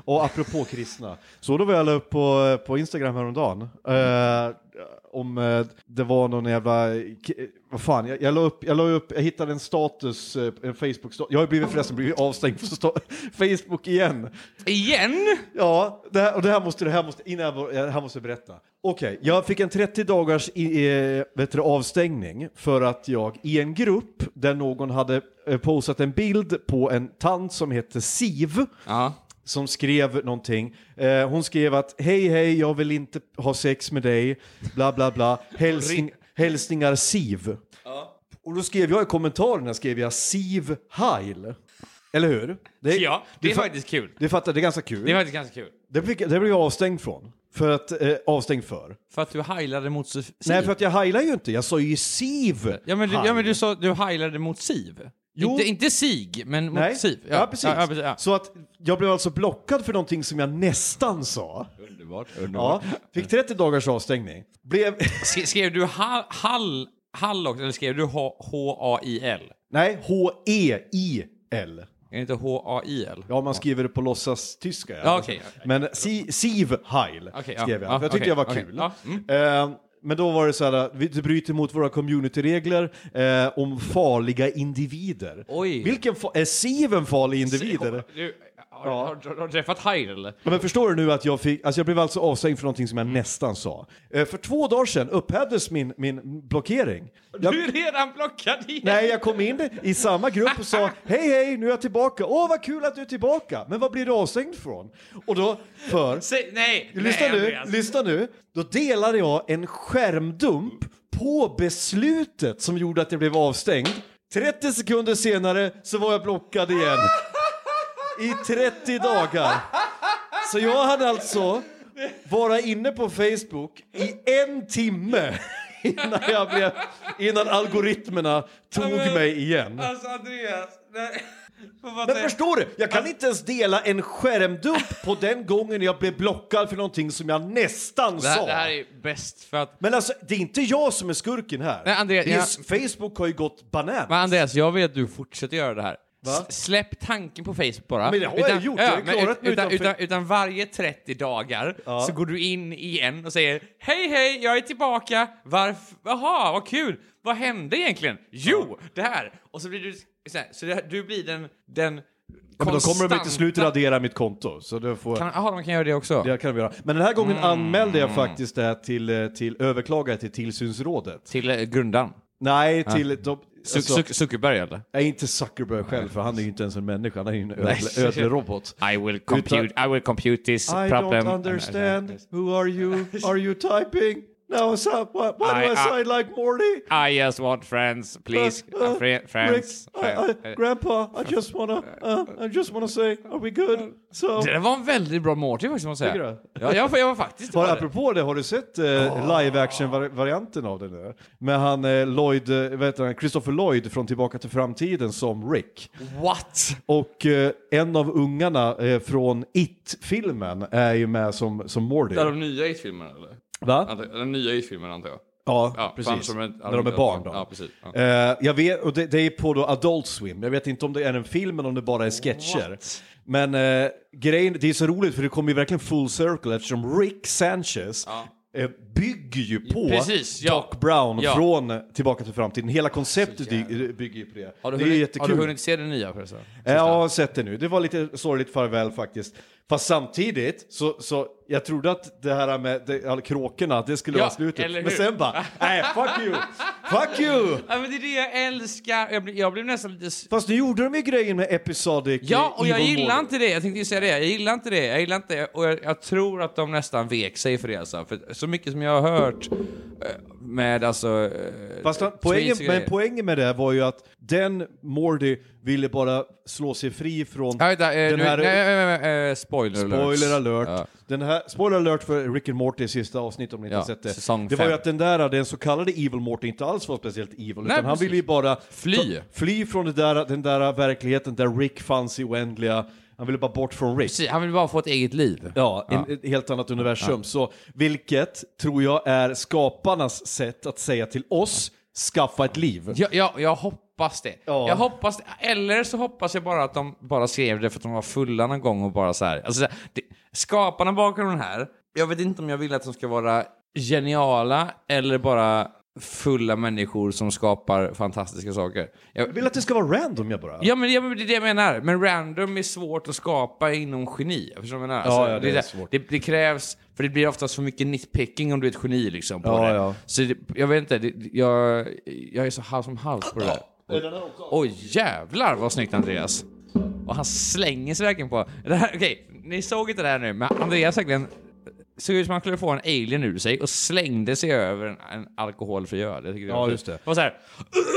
Och apropå kristna. Så då var jag la upp på, på Instagram häromdagen. Uh, om uh, det var någon jävla... Vad fan, jag, jag la upp, jag la upp, jag hittade en status, en Facebook-status. Jag har blivit förresten blivit avstängd från sta- Facebook igen. Igen? Ja, det här, och det här måste, det här måste, innan jag, det här måste jag berätta. Okej, okay, jag fick en trettio dagars i, eh, vet du, avstängning för att jag i en grupp där någon hade eh, postat en bild på en tant som heter Siv. Ja. Som skrev någonting. Eh, hon skrev att hej hej, jag vill inte ha sex med dig. Bla bla bla. Hälsning, hälsningar Siv. Ja. Och då skrev jag i kommentarerna skrev jag Siv Heil. Eller hur? Det, ja, det är fa- faktiskt kul. Det fattar, det är ganska kul. Det är faktiskt ganska kul. Det, fick, det blev jag avstängd från. För att, eh, avstängd för. För att du heilade mot Siv? Nej, för att jag heilar ju inte. Jag sa ju Siv. Ja, men du, ja, men du sa du heilade mot Siv. Jo. Inte, inte Sig, men mot Nej. Siv. Ja, ja, precis. Ja, ja, precis ja. Så att jag blev alltså blockad för någonting som jag nästan sa. Underbart. Underbart. Ja, fick trettio dagars avstängning. Blev... Skrev du hall, hall, hall också, eller skrev du H A I L? Nej, H E I L. Är det inte H A I L? Ja, man skriver det på låtsas tyska. Ja, ja, okay. Men si, Siv Heil okay, skrev ja, jag. För jag tyckte okay, jag var okay, kul. ja, mm. uh, men då var det så här, vi bryter mot våra communityregler eh, om farliga individer. Oj. Vilken fa- är Siv en farlig individ? Eller? Du, har, ja. har, har, har du träffat Heil eller? Ja, men förstår du nu att jag fick, alltså jag blev alltså avstängd för någonting som jag nästan sa. Eh, för två dagar sedan upphävdes min, min blockering. Jag, du är redan blockad igen. Nej, jag kom in i samma grupp och sa hej hej, nu är jag tillbaka. Åh, vad kul att du är tillbaka. Men vad blir du avstängd från? Och då, för... Säg, nej, lyssna nej, nu, Andreas. lyssna nu. Då delade jag en skärmdump på beslutet som gjorde att jag blev avstängd. trettio sekunder senare så var jag blockad igen. I trettio dagar. Så jag hade alltså vara inne på Facebook i en timme innan jag blev, innan algoritmerna tog ja, men, mig igen. Alltså Andreas, nej. Men förstår du, jag kan alltså, inte ens dela en skärmdump på den gången jag blev blockad för någonting som jag nästan det här, sa. Det här är bäst för att... Men alltså, det är inte jag som är skurken här. Nej, Andreas, är, jag... Facebook har ju gått banan. Men Andreas, jag vill att du fortsätter göra det här. Va? Släpp tanken på Facebook bara. Men det har utan, jag gjort, ja, jag men, utan, utan, utan varje trettio dagar ja. Så går du in igen och säger hej hej, jag är tillbaka. Varför? Jaha, vad kul. Vad hände egentligen? Jo, ja. Det här. Och så blir du så, här, så det, du blir den den ja, men då kommer de till slut radera mitt konto så då får kan, aha, de kan göra det också. Det kan vi göra. Men den här gången mm. anmälde jag faktiskt det till till överklagare till tillsynsrådet. Till eh, grundan. Nej, till ja. de, alltså, Zuckerberg eller? Nej, inte Zuckerberg själv, för han är ju inte ens en människa, han är ju en ödle, ödle-robot. I will compute, I will compute this I problem. I don't understand. Who are you? Are you typing? No, so, why, why I, do I, I sound like Morty? I just want friends, please. Uh, uh, Fri- friends. Rick, friends. I, I, Grandpa, I just wanna, uh, I just wanna say, are we good? So. Det var en väldigt bra Morty faktiskt, måste jag säga. Ja, jag, jag var faktiskt har, apropå det, har du sett uh, oh. live-action-varianten av det nu? Med han uh, Lloyd, uh, vet du, Christopher Lloyd från Tillbaka till framtiden som Rick. What? Och uh, en av ungarna uh, från It-filmen är ju med som, som Morty. Det är de nya It-filmerna, eller? Va? Den nya It-filmen, antar jag. Ja, ja precis. Som en, när de är barn då. Ja, precis. Ja. Uh, jag vet, och det, det är på då Adult Swim. Jag vet inte om det är en film eller om det bara är sketcher. What? Men uh, grejen, det är så roligt för det kommer ju verkligen full circle eftersom Rick Sanchez ja. uh, bygger ju på precis, ja. Doc Brown ja. från Tillbaka till framtiden. Hela konceptet dy- bygger ju på det. Har du, det hunnit, är jättekul. har du hunnit se det nya förresten? Ja, jag har sett det nu. Det var lite sorgligt farväl faktiskt. Fast samtidigt så, så jag trodde att det här med det, alla kråkorna, det skulle ja, vara slutet. Men sen bara, nej, fuck you! Fuck you! Ja, men det är det jag älskar. Jag blev, jag blev nästan lite... Fast nu gjorde de ju grejen med episodic. Ja, och jag gillar mode. inte det. Jag tänkte ju säga det. Jag gillar inte det. Jag gillar inte det. Och jag, jag tror att de nästan vek sig för det. Alltså. För så mycket som jag har hört med alltså... Fast han, poängen, men poängen med det var ju att den Morty ville bara slå sig fri från ja, vänta, den nu, här... Nej, nej, nej, spoiler alert. Spoiler alert. Ja. Den här, spoiler alert för Rick and Morty sista avsnitt om ni inte ja, har sett det. Säsong det fem. var ju att den där, den så kallade Evil Morty inte alls var speciellt evil. Nej, utan han ville ju bara fly. fly från det där, den där verkligheten där Rick fanns i oändliga. Han ville bara bort från Rick. Precis, han ville bara få ett eget liv. Ja, ja. En, ett helt annat universum. Ja. Så vilket tror jag är skaparnas sätt att säga till oss, skaffa ett liv. Ja, ja, jag hoppas hoppas det. Ja. Jag hoppas det. Eller så hoppas jag bara att de bara skrev det för att de var fulla någon gång och bara så här. Alltså, det, skaparna bakom den här, jag vet inte om jag vill att de ska vara geniala eller bara fulla människor som skapar fantastiska saker. Jag Jag vill att det ska vara random, jag bara. Ja, men, ja, men det är det jag menar. Men random är svårt att skapa inom geni. Jag förstår vad jag menar. Alltså, Ja, ja, det är det, svårt. Det, det krävs, för det blir oftast för mycket nitpicking om du är ett geni liksom på Ja, det. ja. Så det, jag vet inte, det, jag, jag är så halv som halv på det där. Oj, jävlar vad snyggt, Andreas. Och han slänger sig verkligen på det här. Okej, ni såg inte det här nu, men Andreas verkligen såg ut som han skulle få en alien ur sig och slängde sig över en, en alkoholfri öl. Jag tycker det Ja, var just det. Det var så här.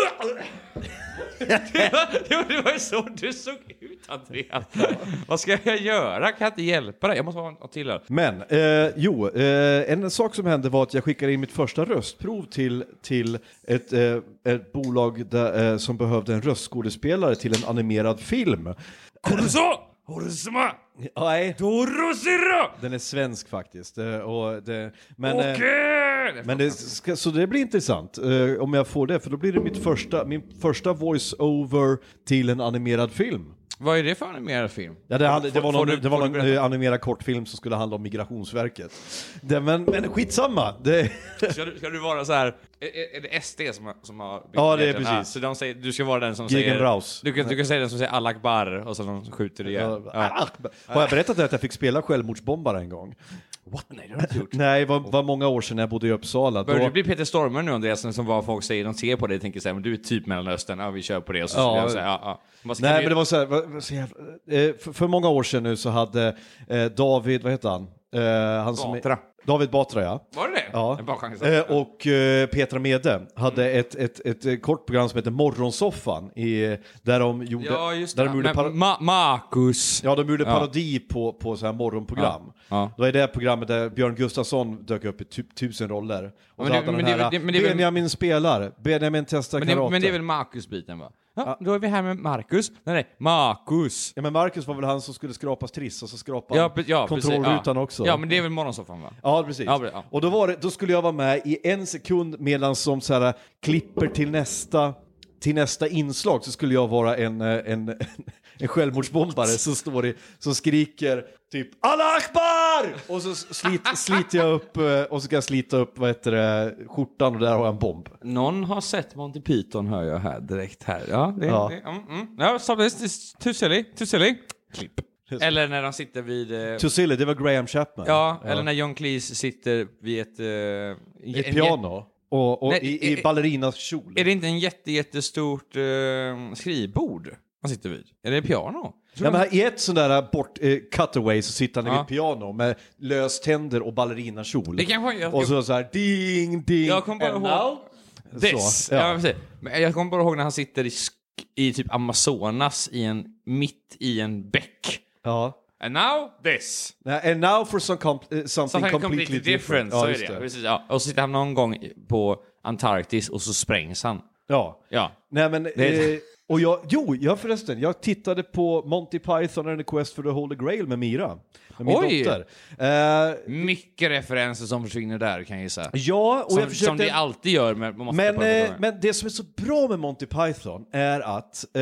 det, var, det var ju så du såg ut, Andreas. Vad ska jag göra? Kan jag inte hjälpa dig? Jag måste ha en till här. Men, eh, jo, eh, en sak som hände var att jag skickade in mitt första röstprov till, till ett, eh, ett bolag där, eh, som behövde en röstskådespelare till en animerad film. Korso! Horsma! Nej, Dorosira! den är svensk faktiskt. eh, Och det, men, eh, Okej! men det ska, så det blir intressant eh, om jag får det, för då blir det mitt första, min första voice-over till en animerad film. Vad är det för animerad film? Ja, det, hade, det var Får någon, du- det var får du någon berätta? eh, animerad kortfilm som skulle handla om Migrationsverket. Det, men, men skitsamma. Det, Ska du, ska du vara så här? Är, är det S D som, har- som har... Ja, det är den? precis. Så de säger, du ska vara den som Gegen säger... Raus. Du kan, du kan säga den som säger Allah Akbar och så de skjuter det igen. Ja. Har jag berättat att jag fick spela självmordsbombare en gång? What? Nej, det har du inte gjort. Nej, det var, var många år sedan när jag bodde i Uppsala. Börjar Då, du bli Peter Stormer nu, Andreas, som vad folk säger, de ser på dig och tänker så här, men du är typ Mellanöstern, ja vi kör på det, och så Ja. skulle jag säga, ja, ja. Vad ska nej, du- men det var så här, var, var så jävla, eh, för, för många år sedan nu så hade eh, David, vad heter han? Eh, han som är- Batra. David Batra, ja. Var det det? Ja. En bra chans. Eh, och eh, Petra Mede hade ett, ett, ett, ett kort program som heter Morgonsoffan i, där de gjorde, Ja, just där det. de gjorde, Men par- Ma- Marcus. ja, de gjorde Ja. parodi på, på så här morgonprogram. Ja. Ja. Det var i det programmet där Björn Gustafsson dök upp i typ tusen roller. Och Men så det- hade han men den det är här väl- det- men det är väl- Benjamin spelar, Benjamin testar Men det, karate. men det är väl Marcus-biten, va? Ja, då är vi här med Marcus. Nej, nej, Marcus. Ja, men Marcus var väl han som skulle skrapas triss och så skrapade Ja, han pre- ja, precis, kontrollrutan ja. också. Ja, men det är väl morgonsoffan, va? Ja, precis. Ja, ja. Och då, var det, då skulle jag vara med i en sekund medan som så här klipper till nästa till nästa inslag, så skulle jag vara en, en, en självmordsbombare som står i, som skriker typ Allah Akbar! Och så slit, sliter jag upp och så ska jag slita upp, vad heter det, skjortan, och där har jag en bomb. Någon har sett Monty Python, hör jag här direkt här. Ja, det, Ja. det mm, mm. Ja, så det är too silly, too silly. Klipp. Eller när de sitter vid... Eh, Too silly, det var Graham Chapman. ja, eller när John Cleese sitter vid ett... Eh, Ett en- piano. Och, och Nej, i, i är- ballerinas kjol. Är det inte en jätte, jättestort eh, skrivbord man sitter vid? Är det piano? Ja, men här, i ett sån där bort, eh, cutaway så sitter han Ja. vid ett piano med löständer och ballerinakjol. Det kanske jag- och så så här ding, ding. Jag kommer bara and ihåg... now? This. Så, ja. ja. precis. Men jag kommer bara ihåg när han sitter i, sk- i typ Amazonas i en, mitt i en bäck. Ja. And now this. Nej, and now for some com- eh, something, Something completely, completely different. Ja, så är just det. det. Precis, ja. Och så sitter han någon gång i- på Antarktis och så sprängs han. Ja. Ja. Nej, men... Det- Eh, och jag, jo, jag förresten, jag tittade på Monty Python and the Quest for the Holy Grail med Mira. Med min Oj! dotter. Eh, Mycket referenser som försvinner där, kan jag gissa. ja, och Som, jag försökte... som det alltid gör med man måste men, på den eh, frågan. men det som är så bra med Monty Python är att... Eh,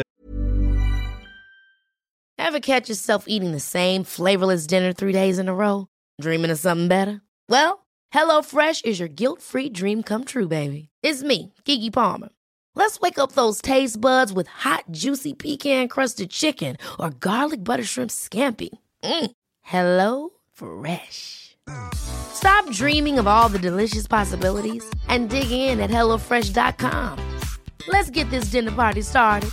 Ever catch yourself eating the same flavorless dinner three days in a row? Dreaming of something better? Well, HelloFresh is your guilt-free dream come true, baby. It's me, Keke Palmer. Let's wake up those taste buds with hot, juicy pecan-crusted chicken or garlic butter shrimp scampi. Mm. Hello Fresh. Stop dreaming of all the delicious possibilities and dig in at hello fresh dot com. Let's get this dinner party started.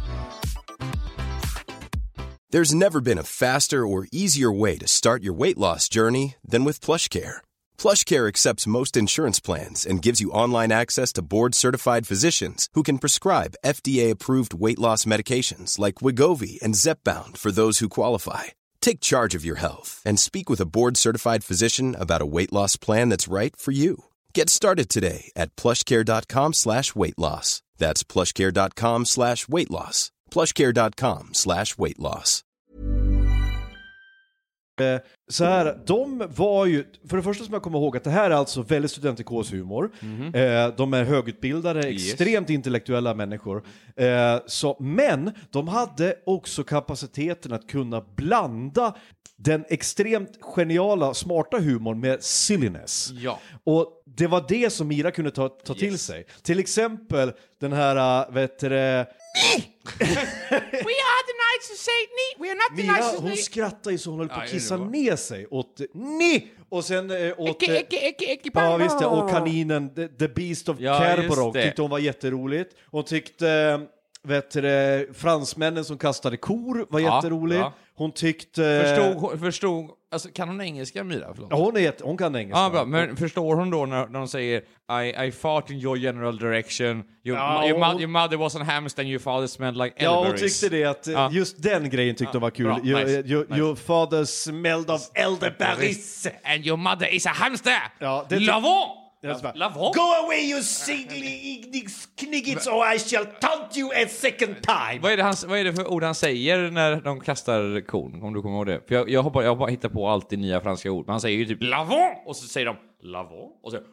There's never been a faster or easier way to start your weight loss journey than with PlushCare. PlushCare accepts most insurance plans and gives you online access to board-certified physicians who can prescribe F D A-approved weight loss medications like Wegovy and Zepbound for those who qualify. Take charge of your health and speak with a board-certified physician about a weight loss plan that's right for you. Get started today at plushcare.com slash weight loss. That's plushcare.com slash weight loss. plushcare.com slash weight loss. Eh, så här, de var ju, för det första som jag kommer ihåg att det här är alltså väldigt studentikos humor. Mm-hmm. Eh, de är högutbildade, yes. extremt intellektuella människor. Eh, så, men de hade också kapaciteten att kunna blanda den extremt geniala, smarta humorn med silliness. Ja. Och det var det som Mira kunde ta, ta yes. till sig. Till exempel den här, vet du det... We are the knights of Satan. We are not the Mira, knights of hon Satan. skrattar ju så hon höll på att ja, kissa ner sig åt ni och sen eh, åt icke, icke, icke, icke, ja visst det, och kaninen the, the Beast of ja, Kerborog tyckte hon var jätteroligt. Hon tyckte vet du, fransmännen som kastade kor var ja, jätteroligt. Ja. Hon tyckte förstod förstod alltså kan hon engelska Mira förlåt? Ja, hon är jätte, hon kan engelska. Ja bra, men förstår hon då när, när de säger I I fought in your general direction. Your, ja, your, mo- your mother was on hamster and your father smelled like elderberries. Ja, hon tyckte det att ja. just den grejen tyckte ja. hon var kul. Bra, your, nice, your, nice. your father smelled of elderberries and your mother is a hamster. Ja, det Lavon. Lavon. Go away you sigly kniggits or I shall taunt you a second time. Vad är det han, vad är det för ord han säger när de kastar kon? Om du kommer ihåg det. För jag jag har bara jag har bara hittat på alltid nya franska ord. Men han säger ju typ lavon och så säger de lavon och så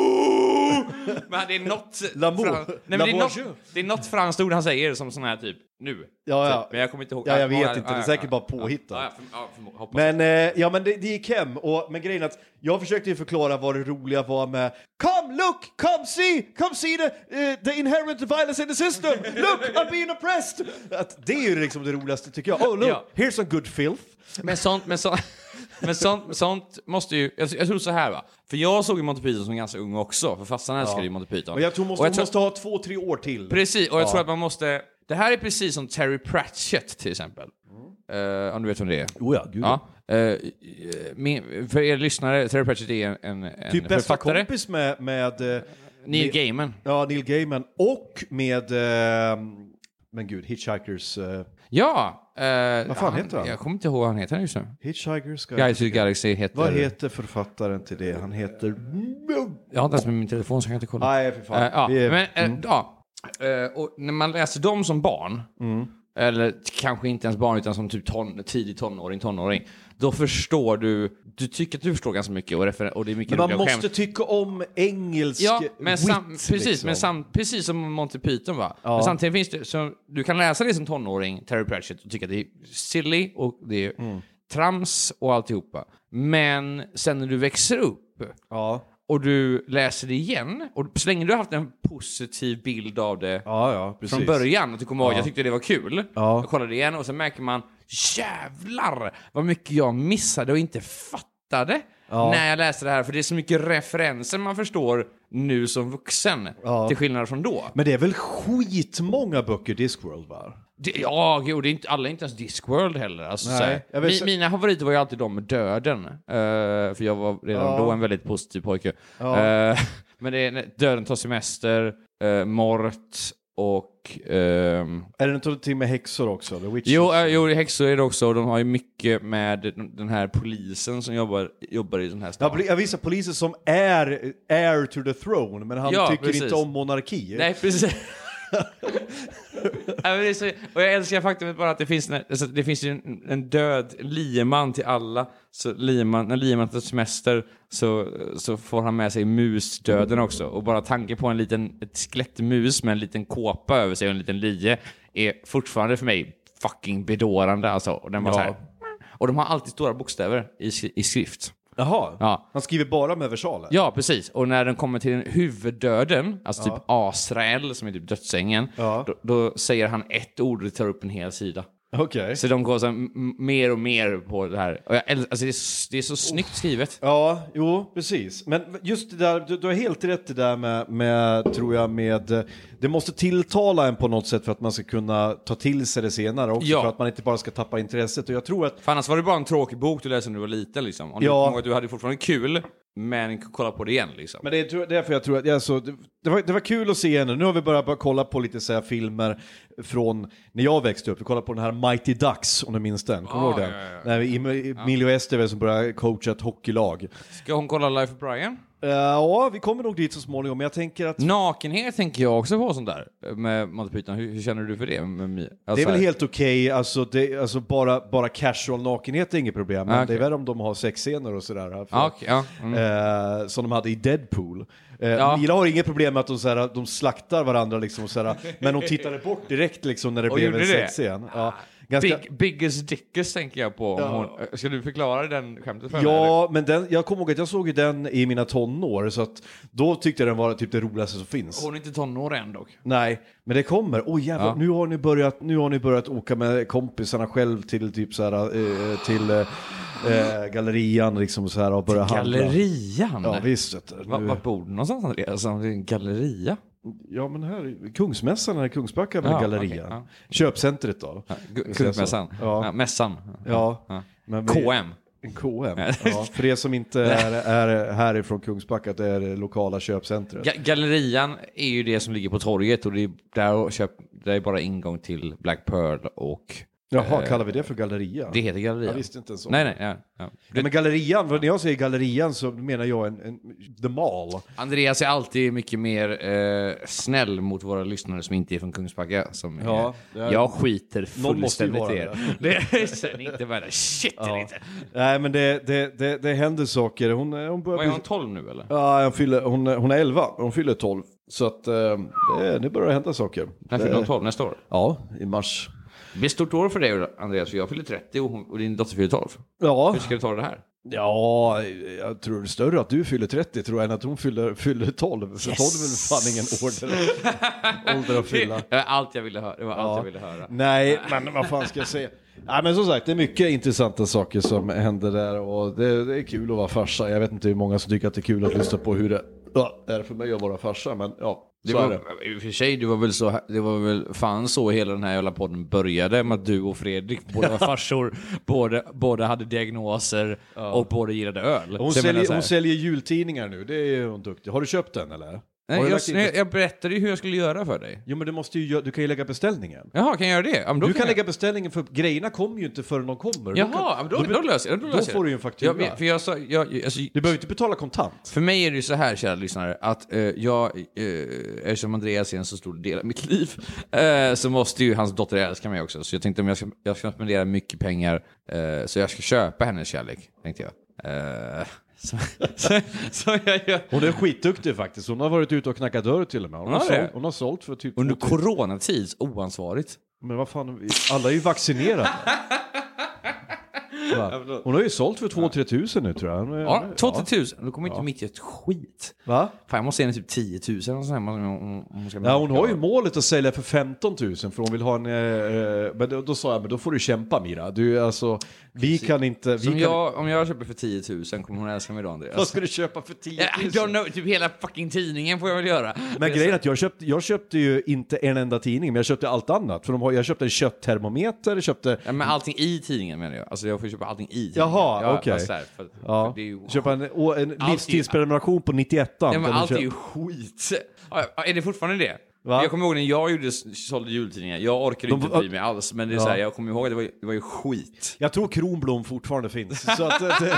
men det är något fran- Nej, men det är något det är något franskt ord han säger som sån här typ nu. Ja ja. Typ. Men jag kommer inte ihåg. Ja, jag vet ja, inte. Ja, det är säkert ja, bara påhittat. Ja, ja, för, för, men eh, ja men det, det gick hem och men grejen att jag försökte ju förklara vad det roliga var med come look, come see, come see the uh, the inherent violence in the system. Look, I'm being oppressed. Att det är ju liksom det roligaste tycker jag. Oh look, ja. Here's some good filth. Men sånt men så Men sånt, sånt måste ju... Jag, jag tror så här va. För jag såg ju Monty Python som ganska ung också. För fastan älskade ju ja. Monty Python. Men jag tror måste, jag tror, måste ha två, tre år till. Precis, och jag ja. tror att man måste... Det här är precis som Terry Pratchett till exempel. Mm. Uh, om du vet om det är. Oh ja, gud. Ja. Uh, min, för er lyssnare, Terry Pratchett är en, en, en typ bästa kompis med... med uh, Neil med, Gaiman. Ja, Neil Gaiman. Och med... Uh, men gud, Hitchhikers... Uh, ja! Uh, vad fan heter han? Jag kommer inte ihåg vad han heter just nu. Hitchhikers Guide to the Galaxy heter... Vad heter författaren till det? Han heter... Jag har inte ens med min telefon så jag kan inte kolla. Nej, för fan. Uh, ja, är... men uh, mm. ja. Uh, och när man läser dem som barn, mm. eller kanske inte ens barn utan som typ ton, tidig tonåring, tonåring, då förstår du, du tycker att du förstår ganska mycket och, refer- och det är mycket men man måste skämt. tycka om engelsk ja, men sam- wit, precis, liksom. men sam- precis som Monty Python va. Ja. Men samtidigt finns det, så du kan läsa det som tonåring, Terry Pratchett, och tycka att det är silly och det är mm. trams och alltihopa. Men sen när du växer upp ja. och du läser det igen, och så länge du har haft en positiv bild av det ja, ja, precis. från början, att du kommer ihåg, ja. jag tyckte det var kul, ja. jag kollade det igen och så märker man, jävlar vad mycket jag missade och inte fattade ja. när jag läste det här, för det är så mycket referenser man förstår nu som vuxen, ja. till skillnad från då. Men det är väl skitmånga böcker Discworld va? Det, ja, gud, det är inte, alla är inte ens Discworld heller. Alltså, Nej, så, mi, mina favoriter var ju alltid de med döden. Uh, för jag var redan ja. då en väldigt positiv pojke. Ja. Uh, men det är Döden tar semester, uh, Mort och... Uh, är det någonting med häxor också? The Witches? Jo, uh, jo, häxor är det också. Och de har ju mycket med den här polisen som jobbar, jobbar i den här staden. Ja, jag visar polisen som är heir to the throne, men han ja, tycker precis. inte om monarki. Nej, precis. Ja, det är så, och jag älskar faktumet bara att det finns, alltså, det finns ju en, en död lieman till alla. Så lieman, när lieman tar semester så, så får han med sig musdöden också. Och bara tanken på en liten, ett skelettmus med en liten kåpa över sig och en liten lie är fortfarande för mig fucking bedårande alltså. Och den var ja. så här, och de har alltid stora bokstäver i, i skrift. Jaha, ja. Han skriver bara med versaler. Ja, precis. Och när den kommer till den huvuddöden, alltså ja. typ Asrael, som är typ dödsängen, ja. då, då säger han ett ord och det tar upp en hel sida. Okej. Okay. Så de går så m- mer och mer på det här. Och jag, alltså det, är, det är så snyggt skrivet. Ja, jo, precis. Men just det där, du, du har helt rätt det där med, med, tror jag, med... Det måste tilltala en på något sätt för att man ska kunna ta till sig det senare också. Ja. För att man inte bara ska tappa intresset. Och jag tror att... För annars var det bara en tråkig bok du läste när du var liten, liksom. Om ja. du, du hade fortfarande kul... Men kolla på det igen liksom. Men det är därför jag tror att alltså, det, det, var, det var kul att se henne. Nu har vi börjat bara kolla på lite så här filmer från när jag växte upp. Vi kollade på den här Mighty Ducks, om du minns den. Kommer du ihåg den? När Emilio Estevez som började coacha ett hockeylag. Ska hon kolla Life of Brian? Uh, ja, vi kommer nog dit så småningom, men jag tänker att... Nakenhet tänker jag också på sånt där med Monty Python. Hur, hur känner du för det? Med, alltså, det är väl helt okej, okay. alltså, alltså bara, bara casual nakenhet är inget problem, men okay. Det är väl om de har sexscener och sådär. För, okay, ja. mm. uh, som de hade i Deadpool. Uh, ja. Mila har inget problem med att de, såhär, de slaktar varandra, liksom, såhär, men de tittade bort direkt liksom, när det och blev en det? sexscen. Ja. Ganska... Big, biggest Dickus tänker jag på. Ja. Hon, ska du förklara den skämtet för mig? Ja, men den, jag kommer ihåg att jag såg ju den i mina tonår, så att då tyckte jag den var typ det roligaste som finns. Hon är inte tonår än dock. Nej, men det kommer. Oj oh, jävlar, ja. nu, har ni börjat, nu har ni börjat åka med kompisarna själv till typ så här, eh, till eh, gallerian liksom så här och börja handla. Gallerian? Ja, visst. Var, var bor du någonstans, Andreas? Alltså, det är en galleria? Ja, men här Kungsmässan här i Kungsbacka med ja, gallerian. Okay, ja. Köpcentret då. Ja, Kungsmässan. Ja. Ja, mässan. Ja. Ja. Men vi... K M. K M. Ja, för det som inte är, är härifrån Kungsbacka, det är det lokala köpcentret. Ga- gallerian är ju det som ligger på torget och det är där, köp, där är bara ingång till Black Pearl och... Jaha, eh, kallar vi det för galleria? Det heter galleria. Jag visste inte så. Nej, nej, ja, ja. ja, men gallerian, när jag säger gallerian så menar jag en, en the mall. Andreas är alltid mycket mer eh, snäll mot våra lyssnare som inte är från Kungsbacka. Som ja, är, jag skiter fullständigt i er. Det är sen inte bara shit ja. Inte. Nej, men det, det, det, det händer saker. Hon, hon börjar... Vad är hon, tolv nu eller? Ja, hon, fyller, hon, hon är elva. Hon fyller tolv. Så att eh, det, det börjar hända saker. När fyller hon tolv? Nästa år? Ja, i mars. Det blir ett stort år för dig, Andreas, för jag fyller trettio och, hon, och din dotter fyller tolv. Ja. Hur ska du ta det här? Ja, jag tror det är större att du fyller trettio tror jag än att hon fyller, fyller tolv. För yes. tolv är väl fan ingen ålder, ålder att fylla. Det var allt jag ville höra. Det var allt ja. jag ville höra. Nej, men vad fan ska jag säga? Nej, men som sagt, det är mycket intressanta saker som händer där och det, det är kul att vara farsa. Jag vet inte hur många som tycker att det är kul att lyssna på hur det ja, är för mig att vara farsa, men ja. Det var, i och för sig, det var väl så, det var väl fan så hela den här jävla podden började med att du och Fredrik båda var farsor, båda, båda hade diagnoser ja. och båda gillade öl. Hon säljer, hon säljer jultidningar nu, det är hon duktig. Har du köpt den eller? Nej, jag, nej, jag berättade ju hur jag skulle göra för dig. Jo, men du måste ju du kan ju lägga beställningen. Jaha, kan jag göra det? Ja, du kan, kan lägga jag... beställningen för grejerna kommer ju inte förrän de kommer. Jaha, då, kan, då, då, då löser jag. Då, då, då får du ju en faktura. Ja, för jag sa, jag, alltså, du behöver inte betala kontant. För mig är det ju så här, kära lyssnare, att eh, jag, eh, eftersom Andreas är en så stor del av mitt liv, eh, så måste ju hans dotter älska mig också. Så jag tänkte om jag ska, jag ska spendera mycket pengar, eh, så jag ska köpa hennes kärlek, tänkte jag. Eh... Så, så, så jag gör. Hon är skitduktig faktiskt. Hon har varit ute och knackat dörr till och med. Hon, hon, har, sålt, hon har sålt för typ... Under coronatids oansvarigt. Men vad fan, alla är ju vaccinerade. Hon har ju sålt för två till tre tusen nu tror jag. Ja, två till tre tusen. Då kommer inte ja. mitt i ett skit. Va? Fan, jag måste se henne typ tio tusen. Och sån här, om hon, ska ja, hon har ju målet att sälja för femton tusen. För hon vill ha en... Eh, men då, då sa jag, men då får du kämpa Mira. Du, alltså, vi kan inte... Vi om, kan... Jag, om jag köper för tio tusen kommer hon älska mig då, Andreas. Vad ska du köpa för tio tusen? I don't know, typ hela fucking tidningen får jag väl göra. Men grejen är att jag köpte, jag köpte ju inte en enda tidning, men jag köpte allt annat. För de har, jag köpte en kötttermometer, jag köpte... Ja, men allting i tidningen menar jag. Alltså jag får köpa allting i tidningen. Jaha, ja, okej. Okay. För, ja. för ju... Köpa en, en livstidsprenumeration på nittioett. Ja, men allt är ju skit. Ja, är det fortfarande det? Va? Jag kommer ihåg när jag gjorde, sålde jultidningar. Jag orkade De, inte bry mig alls. Men det är ja. så här, jag kommer ihåg att det var, det var ju skit. Jag tror Kronblom fortfarande finns. Så att det,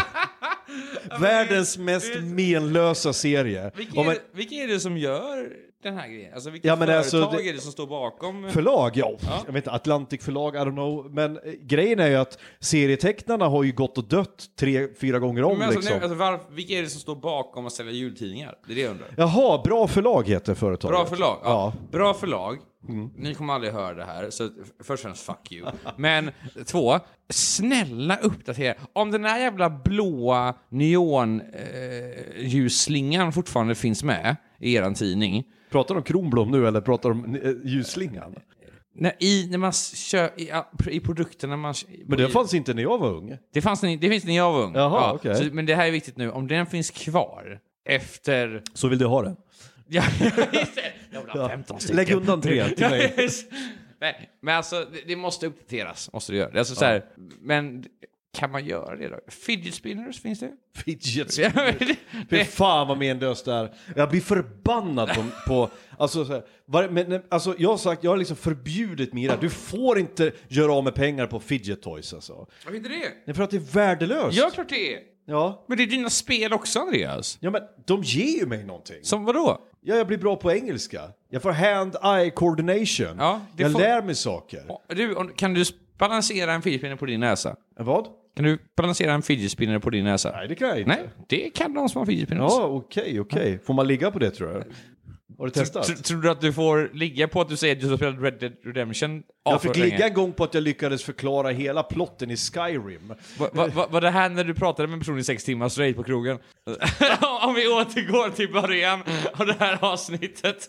världens mest menlösa serie. Vilka är, vilka är det som gör den här grejen? Alltså vilka ja, men företag alltså, är det som står bakom? Förlag, ja. ja. Jag vet inte, Atlantic förlag, I don't know. Men eh, grejen är ju att serietecknarna har ju gått och dött tre, fyra gånger om. Men alltså, liksom. nej, alltså, var, vilka är det som står bakom att sälja jultidningar? Det är det jag undrar. Jaha, Bra förlag heter företaget. Bra förlag, ja. ja. Bra förlag. Mm. Ni kommer aldrig höra det här, så först och främst fuck you. Men två, snälla uppdatera. Om den här jävla blåa neon eh, ljusslingan fortfarande finns med i eran tidning. Pratar de om Kronblom nu eller pratar de om eh, ljusslingan? När, i, när man kör i, i produkterna man... Men det fanns inte när jag var ung. Det, fanns, det finns när jag var ung. Jaha, ja. okay. Så, men det här är viktigt nu. Om den finns kvar efter... Så vill du ha den? Ja, just det. Jag femton stycken. Lägg undan tre till mig. Nej, men alltså, det, det måste uppdateras. Måste det göra. Alltså, ja. så här, men kan man göra det då? Fidget spinners finns det? Fidget spinners? Fy fan vad menlös där. Jag blir förbannad på... på alltså, så här, var, men, alltså, jag har sagt, jag har liksom förbjudit Mira. Du får inte göra av med pengar på fidget toys. Alltså. Varför inte det? Det är för att det är värdelöst. Ja, klart det är. Ja. Men det är dina spel också, Andreas. Ja, men de ger ju mig någonting. Som vadå? Ja, jag blir bra på engelska. Jag får hand-eye coordination. Ja, det jag får... lär mig saker. Du, kan du balansera en fidget spinner på din näsa? En vad? Kan du balansera en fidget spinner på din näsa? Nej, det kan jag inte. Nej, det kan de som har fidget spinners. Ja, okej, okay, okej. Okay. Får man ligga på det, tror jag? Har du testat? Tror, tror du att du får ligga på att du säger att du har spelat Red Dead Redemption? Jag fick ligga en gång på att jag lyckades förklara hela plotten i Skyrim. Var va, va, va det här när du pratade med en person i sex timmar straight på krogen? Om vi återgår till början av det här avsnittet.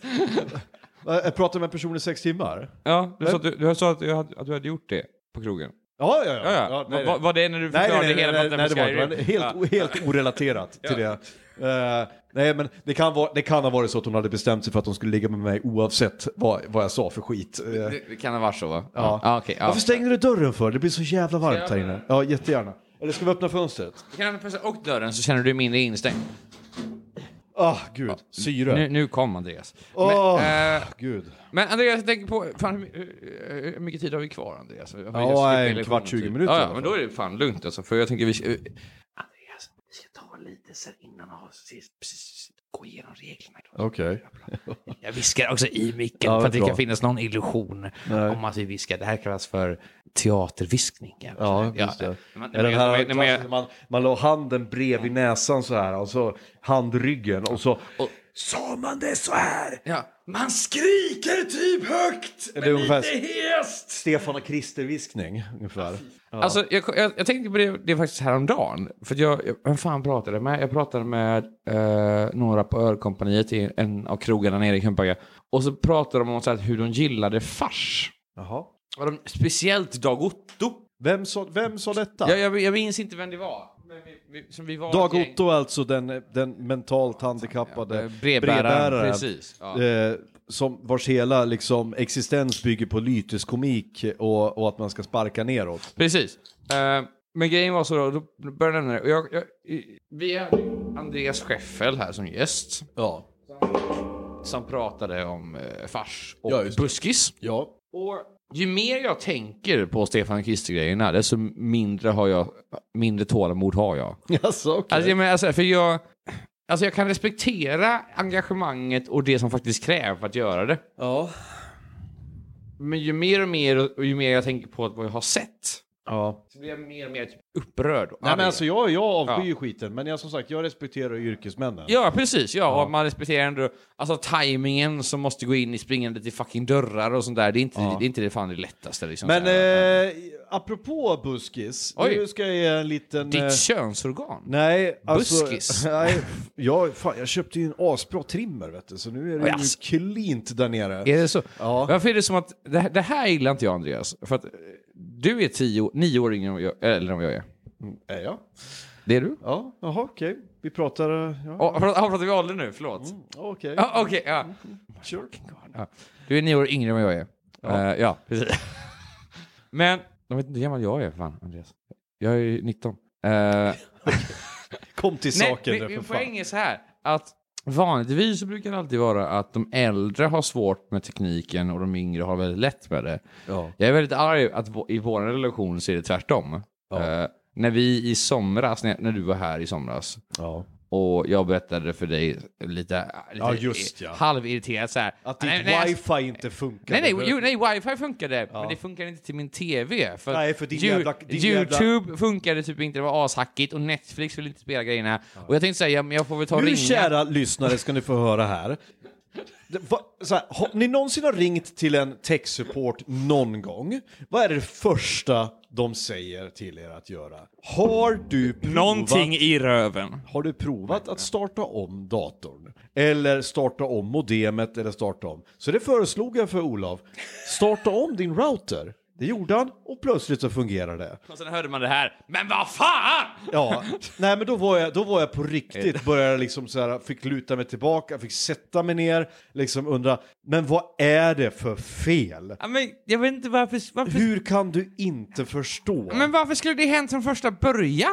Jag pratade med en person i sex timmar? Ja, du sa att du, du sa att du, hade, att du hade gjort det på krogen. Ja, ja, ja. ja, ja. ja nej, var, var det när du förklarade nej, nej, hela nej, nej, nej, nej, det var, det var helt, ja. helt orelaterat till ja. det. Uh, nej, men det kan, vara, det kan ha varit så att hon hade bestämt sig för att hon skulle ligga med mig oavsett vad, vad jag sa för skit. Uh, det, det kan ha varit så, va? Ja. Ja, okay, ja. Varför stängde du dörren för? Det blir så jävla varmt här inne. Ja, jättegärna. Eller ska vi öppna fönstret? Du kan öppna och dörren så känner du dig mindre instängd. Ah, oh, gud. Ja. Syre. Nu, nu kom Andreas. Oh, men, äh, gud. Men Andreas, jag tänker på... Fan, hur, hur mycket tid har vi kvar, Andreas? Ja, en kvart, tjugo minuter. Ja, ja, men då är det fan lugnt alltså. För jag tänker vi ska... Andreas, vi ska ta lite sen innan och precis gå igenom reglerna. Okej. Okay. Jag viskar också i micken ja, för att det bra. kan finnas någon illusion Nej. om att vi viskar. Det här kallas för teaterviskning. Ja, just det. Man, den här man, man, man, man la handen bredvid näsan så här och så handryggen och så och, sa man det så här. Ja. Man skriker typ högt, det men lite häst. Stefan och Krister-viskning ungefär. Ja. Alltså, jag, jag, jag tänkte på det, det är faktiskt häromdagen. För jag, jag, vem fan pratade med? Jag pratade med eh, några på Ölkompaniet i en av krogarna nere i Kungsbacka. Och så pratade de om så här, hur de gillade fars. Jaha. Och de, speciellt Dag Otto. Vem sa, vem sa detta? Jag, jag, jag minns inte vem det var. Men vi, vi, som vi var Dag Otto, alltså den, den mentalt handikappade ja, brevbäraren, brevbäraren. Precis. Ja. Eh, som vars hela liksom, existens bygger på lyteskomik och, och att man ska sparka neråt. Precis. Uh, men grejen var så då, då började jag nämna det. Jag, jag, vi hade Andreas Scheffel här som gäst. Ja. Som, som pratade om uh, fars och ja, buskis. Ja. Och ju mer jag tänker på Stefan Krister-grejerna, desto mindre har jag, mindre tålamod har jag. Alltså, okay. Alltså, jag menar, alltså, för jag... Alltså jag kan respektera engagemanget och det som faktiskt krävs för att göra det. Ja. Men ju mer och mer och ju mer jag tänker på vad jag har sett. Ja. Så blir jag mer och mer typ upprörd. Nej men alltså jag, jag avskyr ja. skiten. Men jag som sagt, jag respekterar yrkesmännen. Ja precis, ja, ja. Och man respekterar ändå alltså tajmingen som måste gå in i springande till fucking dörrar och sånt där. Det är inte, ja. det, det är inte det fan det lättaste liksom. Men eh, apropå buskis. Oj. Nu ska jag ge en liten... Ditt eh, könsorgan? Nej, alltså... Buskis? Nej, jag, fan, jag köpte ju en asbra trimmer vet du. Så nu är det oh, ju yes. klint där nere. Är det så? Ja. Varför är det som att... Det, det här gillar inte jag Andreas. För att du är tio, nio år yngre än jag, eller än vad jag är. Mm, är jag? Det är du? Ja, jaha, okej. Okay. Vi pratar... Ja. Oh, pratar vi ålder nu? Förlåt. Mm, okej. Okay. Ah, okay, ja. Sure. Ja. Du är nio år yngre än vad jag är. Ja, uh, ja precis. Men, de vet inte hur gammal jag är, fan, Andreas. Jag är nitton. Uh, Kom till saken. Nej, där, min för poäng fan. är så här, att vanligtvis så brukar det alltid vara att de äldre har svårt med tekniken och de yngre har väldigt lätt med det. Ja. Jag är väldigt arg att i vår relation så är det tvärtom. Ja. Uh, när vi i somras, när, när du var här i somras, ja. och jag berättade för dig lite, lite ja, just, ja. halvirriterat så här. Att ditt nej, nej, wifi alltså, inte funkar. Nej, nej, jo, nej, wifi funkade, ja. men det funkar inte till min tv. För nej, för din ju, jävla, din YouTube jävla... funkade typ inte, det var ashackigt och Netflix ville inte spela grejerna. Ja. Och jag tänkte säga, men jag får väl ta och nu, ringa. kära lyssnare, ska ni få höra här. Det, va, så här, har ni någonsin har ringt till en tech-support någon gång? Vad är det första de säger till er att göra? Har du provat, någonting i röven? Har du provat att starta om datorn? Eller starta om modemet eller starta om? Så det föreslog jag för Olof. Starta om din router. Det gjorde han och plötsligt så fungerade det. Och sen hörde man det här. Men vad fan! Ja, nej men då var jag, då var jag på riktigt. Började liksom så här, fick luta mig tillbaka, fick sätta mig ner, liksom undra, men vad är det för fel? Ja, men jag vet inte varför, varför... Hur kan du inte förstå? Men varför skulle det hänt från första början?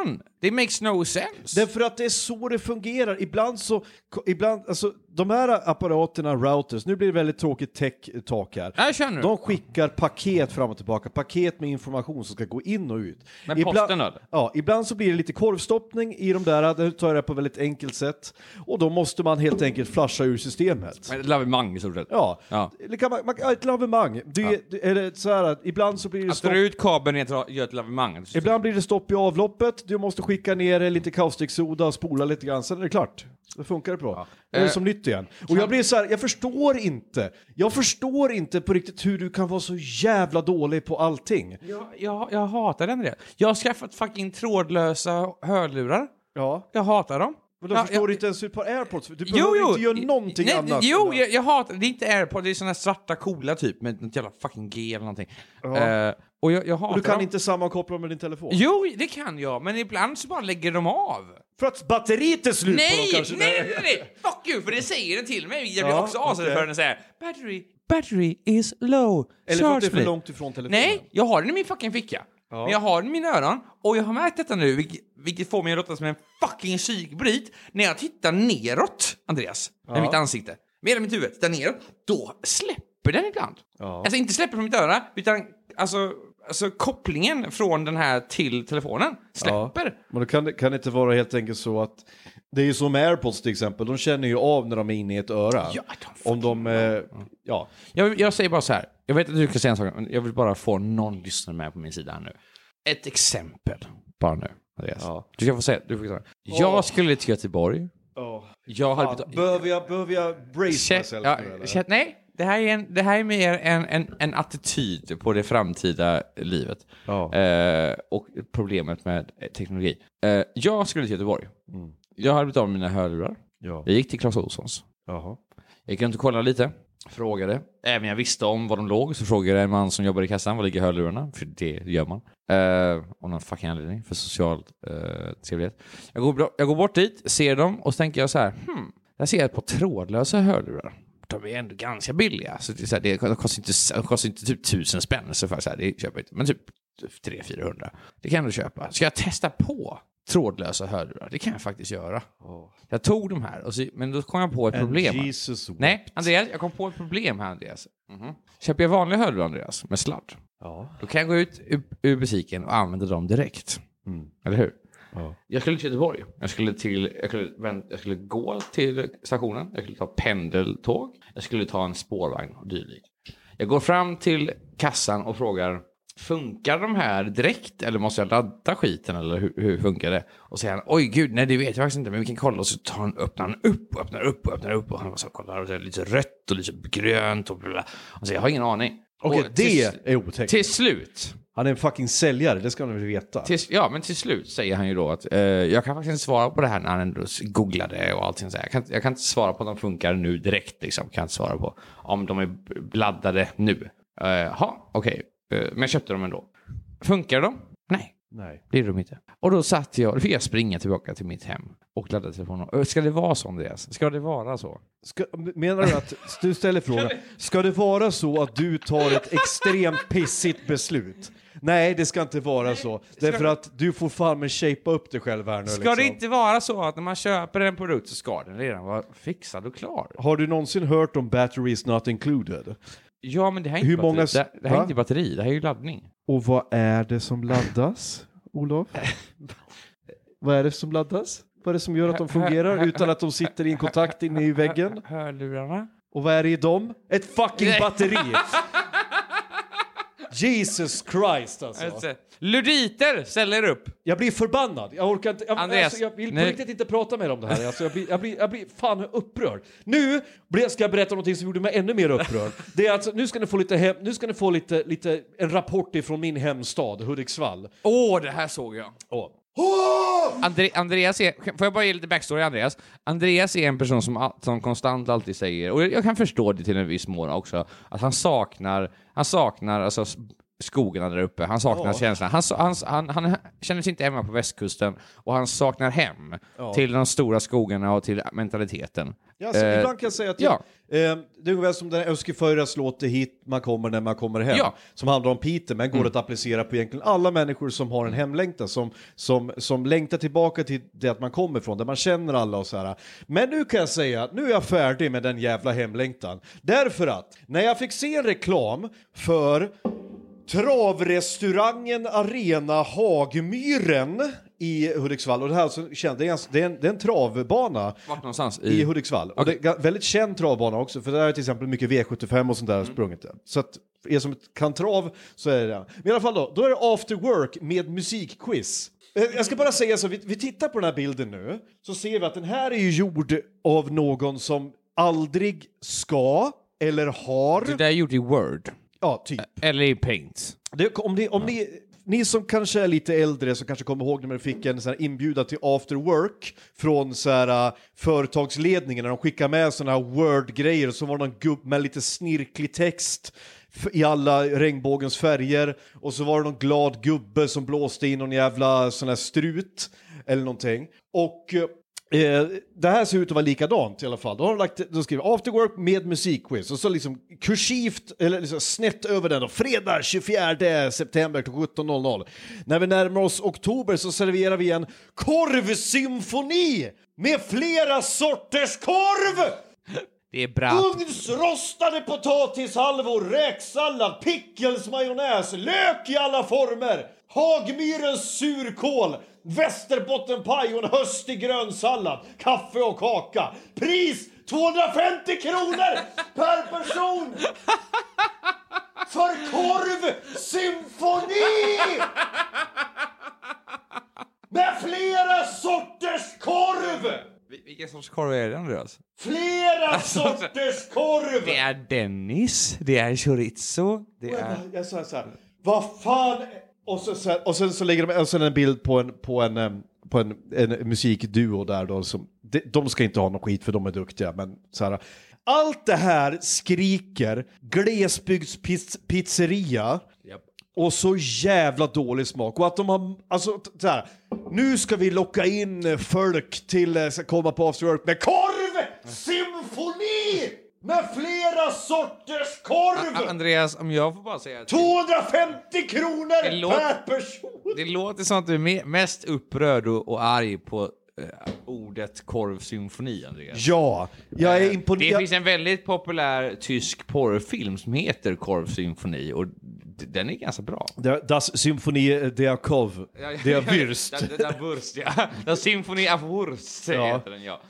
Det makes no sense. Därför att det är så det fungerar. Ibland så, ibland, alltså de här apparaterna, routers, nu blir det väldigt tråkigt tech-talk här. Jag känner de skickar paket fram och tillbaka, paket med information som ska gå in och ut. Men ibland, posten då? Ja, ibland så blir det lite korvstoppning i de där, det tar jag det på väldigt enkelt sätt. Och då måste man helt enkelt flasha ur systemet. Ett lavemang i stort sett. Ja, ja. Det kan man, man, ett lavemang. Det, ja. det, är det så här att ibland så blir det att stopp. dra ut kabeln ner och göra ett lavemang. Ibland blir det stopp i avloppet. Du måste skicka ner lite kaustiksoda och spola lite grann. Sen är det klart. Det funkar det bra. Ja. Det är eh, som nytt igen. Och jag blir så här, jag förstår inte. Jag förstår inte på riktigt hur du kan vara så jävla dålig på allting. Jag, jag, jag hatar den det. Jag har skaffat fucking trådlösa hörlurar. Ja. Jag hatar dem. Men då ja, förstår jag, du inte ens ut på AirPods. Du jo, behöver jo, inte göra någonting nej, annat. Jo, jag, jag hatar, det är inte AirPods, det är såna svarta coola typ med något jävla fucking G eller någonting. Ja. Uh, och jag, jag hatar och du kan dem. inte sammankoppla med din telefon. Jo, det kan jag, men ibland så bara lägger de av. För att batteriet är slut nej, på dem kanske. Nej, nej, nej, fuck you, för det säger den till mig. Jag blir ja, också asad okay. för den säger battery, battery is low. Eller för att det är för långt ifrån telefonen. Nej, jag har den i min fucking ficka. Ja. Men jag har den i mina öron och jag har märkt detta nu, vilket, vilket får mig att låta som en fucking psykbryt. När jag tittar neråt, Andreas, ja. med mitt ansikte, med mitt huvud, tittar neråt, då släpper den ibland. Ja. Alltså inte släpper från mitt öra, utan alltså, alltså kopplingen från den här till telefonen släpper. Ja. Men då kan det, kan det inte vara helt enkelt så att det är ju som AirPods till exempel, de känner ju av när de är inne i ett öra. Ja, de om de, eh, ja. Jag, jag säger bara så här, jag vet att du kan säga en sak, men jag vill bara få någon lyssnare med på min sida här nu. Ett exempel, bara nu, Andreas. Ja. Du ska få säga, du får säga. Jag oh. skulle till Göteborg. Oh. Jag hade ah, betalt... Behöver jag, behöver jag brace myself ja, nu, eller? Kät, nej, det här är, en, det här är mer en, en, en attityd på det framtida livet. Oh. Eh, och problemet med teknologi. Eh, jag skulle till Göteborg. Mm. Jag hade blivit av med mina hörlurar. Ja. Jag gick till Clas Ohlsons. Jaha. Jag gick runt och kollade lite. Frågade. Även jag visste om var de låg, så frågade en man som jobbar i kassan var ligger hörlurarna. För det gör man. Uh, om någon fucking anledning. För social uh, trevlighet. Jag går, jag går bort dit, ser dem och så tänker jag så här. Hmm, jag ser ett par trådlösa hörlurar. De är ändå ganska billiga. Så det, är så här, det kostar inte, det kostar inte typ tusen spänn. Så för så här, det köper jag inte. Men typ tre till fyrahundra. Det kan du köpa. Ska jag testa på trådlösa hörlurar? Det kan jag faktiskt göra. Oh. Jag tog de här. Och så, men då kom jag på ett problem. Nej, Andreas, jag kom på ett problem här, Andreas. Mm-hmm. Köper jag vanliga hörlurar, Andreas, med sladd. Oh. Då kan jag gå ut ur, ur butiken och använda dem direkt. Mm. Eller hur? Oh. Jag skulle till Göteborg. Jag skulle, till, jag, skulle, jag skulle gå till stationen. Jag skulle ta pendeltåg. Jag skulle ta en spårvagn och dylikt. Jag går fram till kassan och frågar: funkar de här direkt eller måste jag ladda skiten eller hur, hur funkar det? Och säger han, oj gud, nej det vet jag faktiskt inte, men vi kan kolla. Och så tar han, öppnar han upp och öppnar upp och öppnar upp och han så kollar och det är lite rött och lite grönt och bla. Och så jag har ingen aning. Okej, okay, det till, är otäckt. Till slut. Han är en fucking säljare, det ska ni väl veta. Till, ja, men till slut säger han ju då att eh, jag kan faktiskt inte svara på det här när han ändå googlade och allting så här. Jag kan, jag kan inte svara på om de funkar nu direkt liksom. Kan inte svara på om de är laddade nu. Jaha, uh, okej. Okay. Men jag köpte dem ändå. Funkar de? Nej. Nej. Det är de inte. Och då satt jag, då fick jag springa tillbaka till mitt hem och ladda telefonen. Ska det vara så, Andreas? Ska det vara så? Ska, menar du att, du ställer frågan, ska det vara så att du tar ett extremt pissigt beslut? Nej, det ska inte vara Nej, så. Därför att du får fan med shapea upp dig själv här nu. Ska liksom. Det inte vara så att när man köper en produkt så ska den redan vara fixad och klar? Har du någonsin hört om batteries not included? Ja, men det här är inte Hur batteri. Många... Det, det här är inte batteri, det här är ju laddning. Och vad är det som laddas, Olof? Vad är det som laddas? Vad är det som gör att de fungerar utan att de sitter i en kontakt inne i väggen? Hörlurarna. Och vad är det i dem? Ett fucking batteri! Jesus Christ alltså. Luditer ställer upp. Jag blir förbannad. Jag orkar inte. Jag, Andreas, alltså, jag vill på riktigt inte prata mer om det här. Alltså, jag, blir, jag, blir, jag blir fan upprörd. Nu ska jag berätta något som gjorde mig ännu mer upprörd. Det är alltså, nu ska ni få lite hem, nu ska ni få lite, lite en rapport ifrån min hemstad Hudiksvall. Åh, oh, det här såg jag. Åh. Andre, Andreas är, får jag bara ge lite backstory, Andreas? Andreas är en person som, som konstant alltid säger, och jag, jag kan förstå det till en viss mån också, att han saknar, han saknar alltså skogarna där uppe. Han saknar Ja. känslan. Han, han, han, han känner sig inte hemma på västkusten och han saknar hem Ja. till de stora skogarna och till mentaliteten. Ja, alltså, Eh, ibland kan jag säga att ja. jag, eh, det är ungefär som den Öske Förras låt "Det hit man kommer när man kommer hem", Ja. som handlar om Peter, men går Mm. att applicera på egentligen alla människor som har en hemlängtan, som, som, som längtar tillbaka till det att man kommer ifrån, där man känner alla och så här. Men nu kan jag säga att nu är jag färdig med den jävla hemlängtan. Därför att när jag fick se en reklam för travrestaurangen Arena Hagmyren i Hudiksvall, och det här så kände jag, det är en, det är en travbana. Vart någonstans? I Hudiksvall. Och det är väldigt känd travbana också, för där är till exempel mycket V sjuttiofem och sånt där mm. sprunget där. Så att er som kan trav så är det det. Men i alla fall då, då är det after work med musikquiz. Jag ska bara säga så, vi, vi tittar på den här bilden nu, så ser vi att den här är ju gjord av någon som aldrig ska eller har... Det där är gjort i Word. Ja, typ. Eller i Paint. Det, om ni, om ni, ni som kanske är lite äldre så kanske kommer ihåg när man fick en sån här inbjudan till after work från så här, uh, företagsledningen, när de skickade med såna här Word-grejer, och så var det någon gubb med lite snirklig text i alla regnbågens färger, och så var det någon glad gubbe som blåste in någon jävla sån här strut eller någonting. Och Eh, det här ser ut att vara likadant i alla fall. Då har de lagt, de skriver after work med musikquiz, och så liksom kursivt eller liksom snett över den då. Fredag tjugofjärde september till sjutton noll noll. När vi närmar oss oktober så serverar vi en korvsymfoni med flera sorters korv. Det är bra. Ugnsrostade potatishalvor, räksallad, pickles, majonnäs, lök i alla former, Hagmyrens surkål, västerbottenpaj och en höstig grönsallad, kaffe och kaka. Pris tvåhundrafemtio kronor per person för korvsymfoni med flera sorters korv. Vilken sorts korv är det, Andreas? Flera sorters korv. Det är Dennis, det är chorizo, det jag, är... jag sa så här, vad fan. Och så, så här, och sen så lägger de och sen en bild på en på en på en, en musikduo där då, som de, de ska inte ha någon skit för de är duktiga, men så här, allt det här skriker glesbygdspizzeria. Yep. Och så jävla dålig smak. Och att de har, alltså så här, nu ska vi locka in folk till att komma på after work med korv symfoni med flera sorters korv. A- Andreas, om jag får bara säga att tvåhundrafemtio kronor per låter, person. Det låter som att du är me- mest upprörd och, och arg på eh, ordet korvsymfoni, Andreas. Ja, jag är imponerad. Det finns en väldigt populär tysk porrfilm som heter Korvsymfoni, och d- den är ganska bra. Das Symphony der Korv. Der Wurst. Der, der Wurst, ja. Das Symphony of Wurst, Ja. heter den, ja.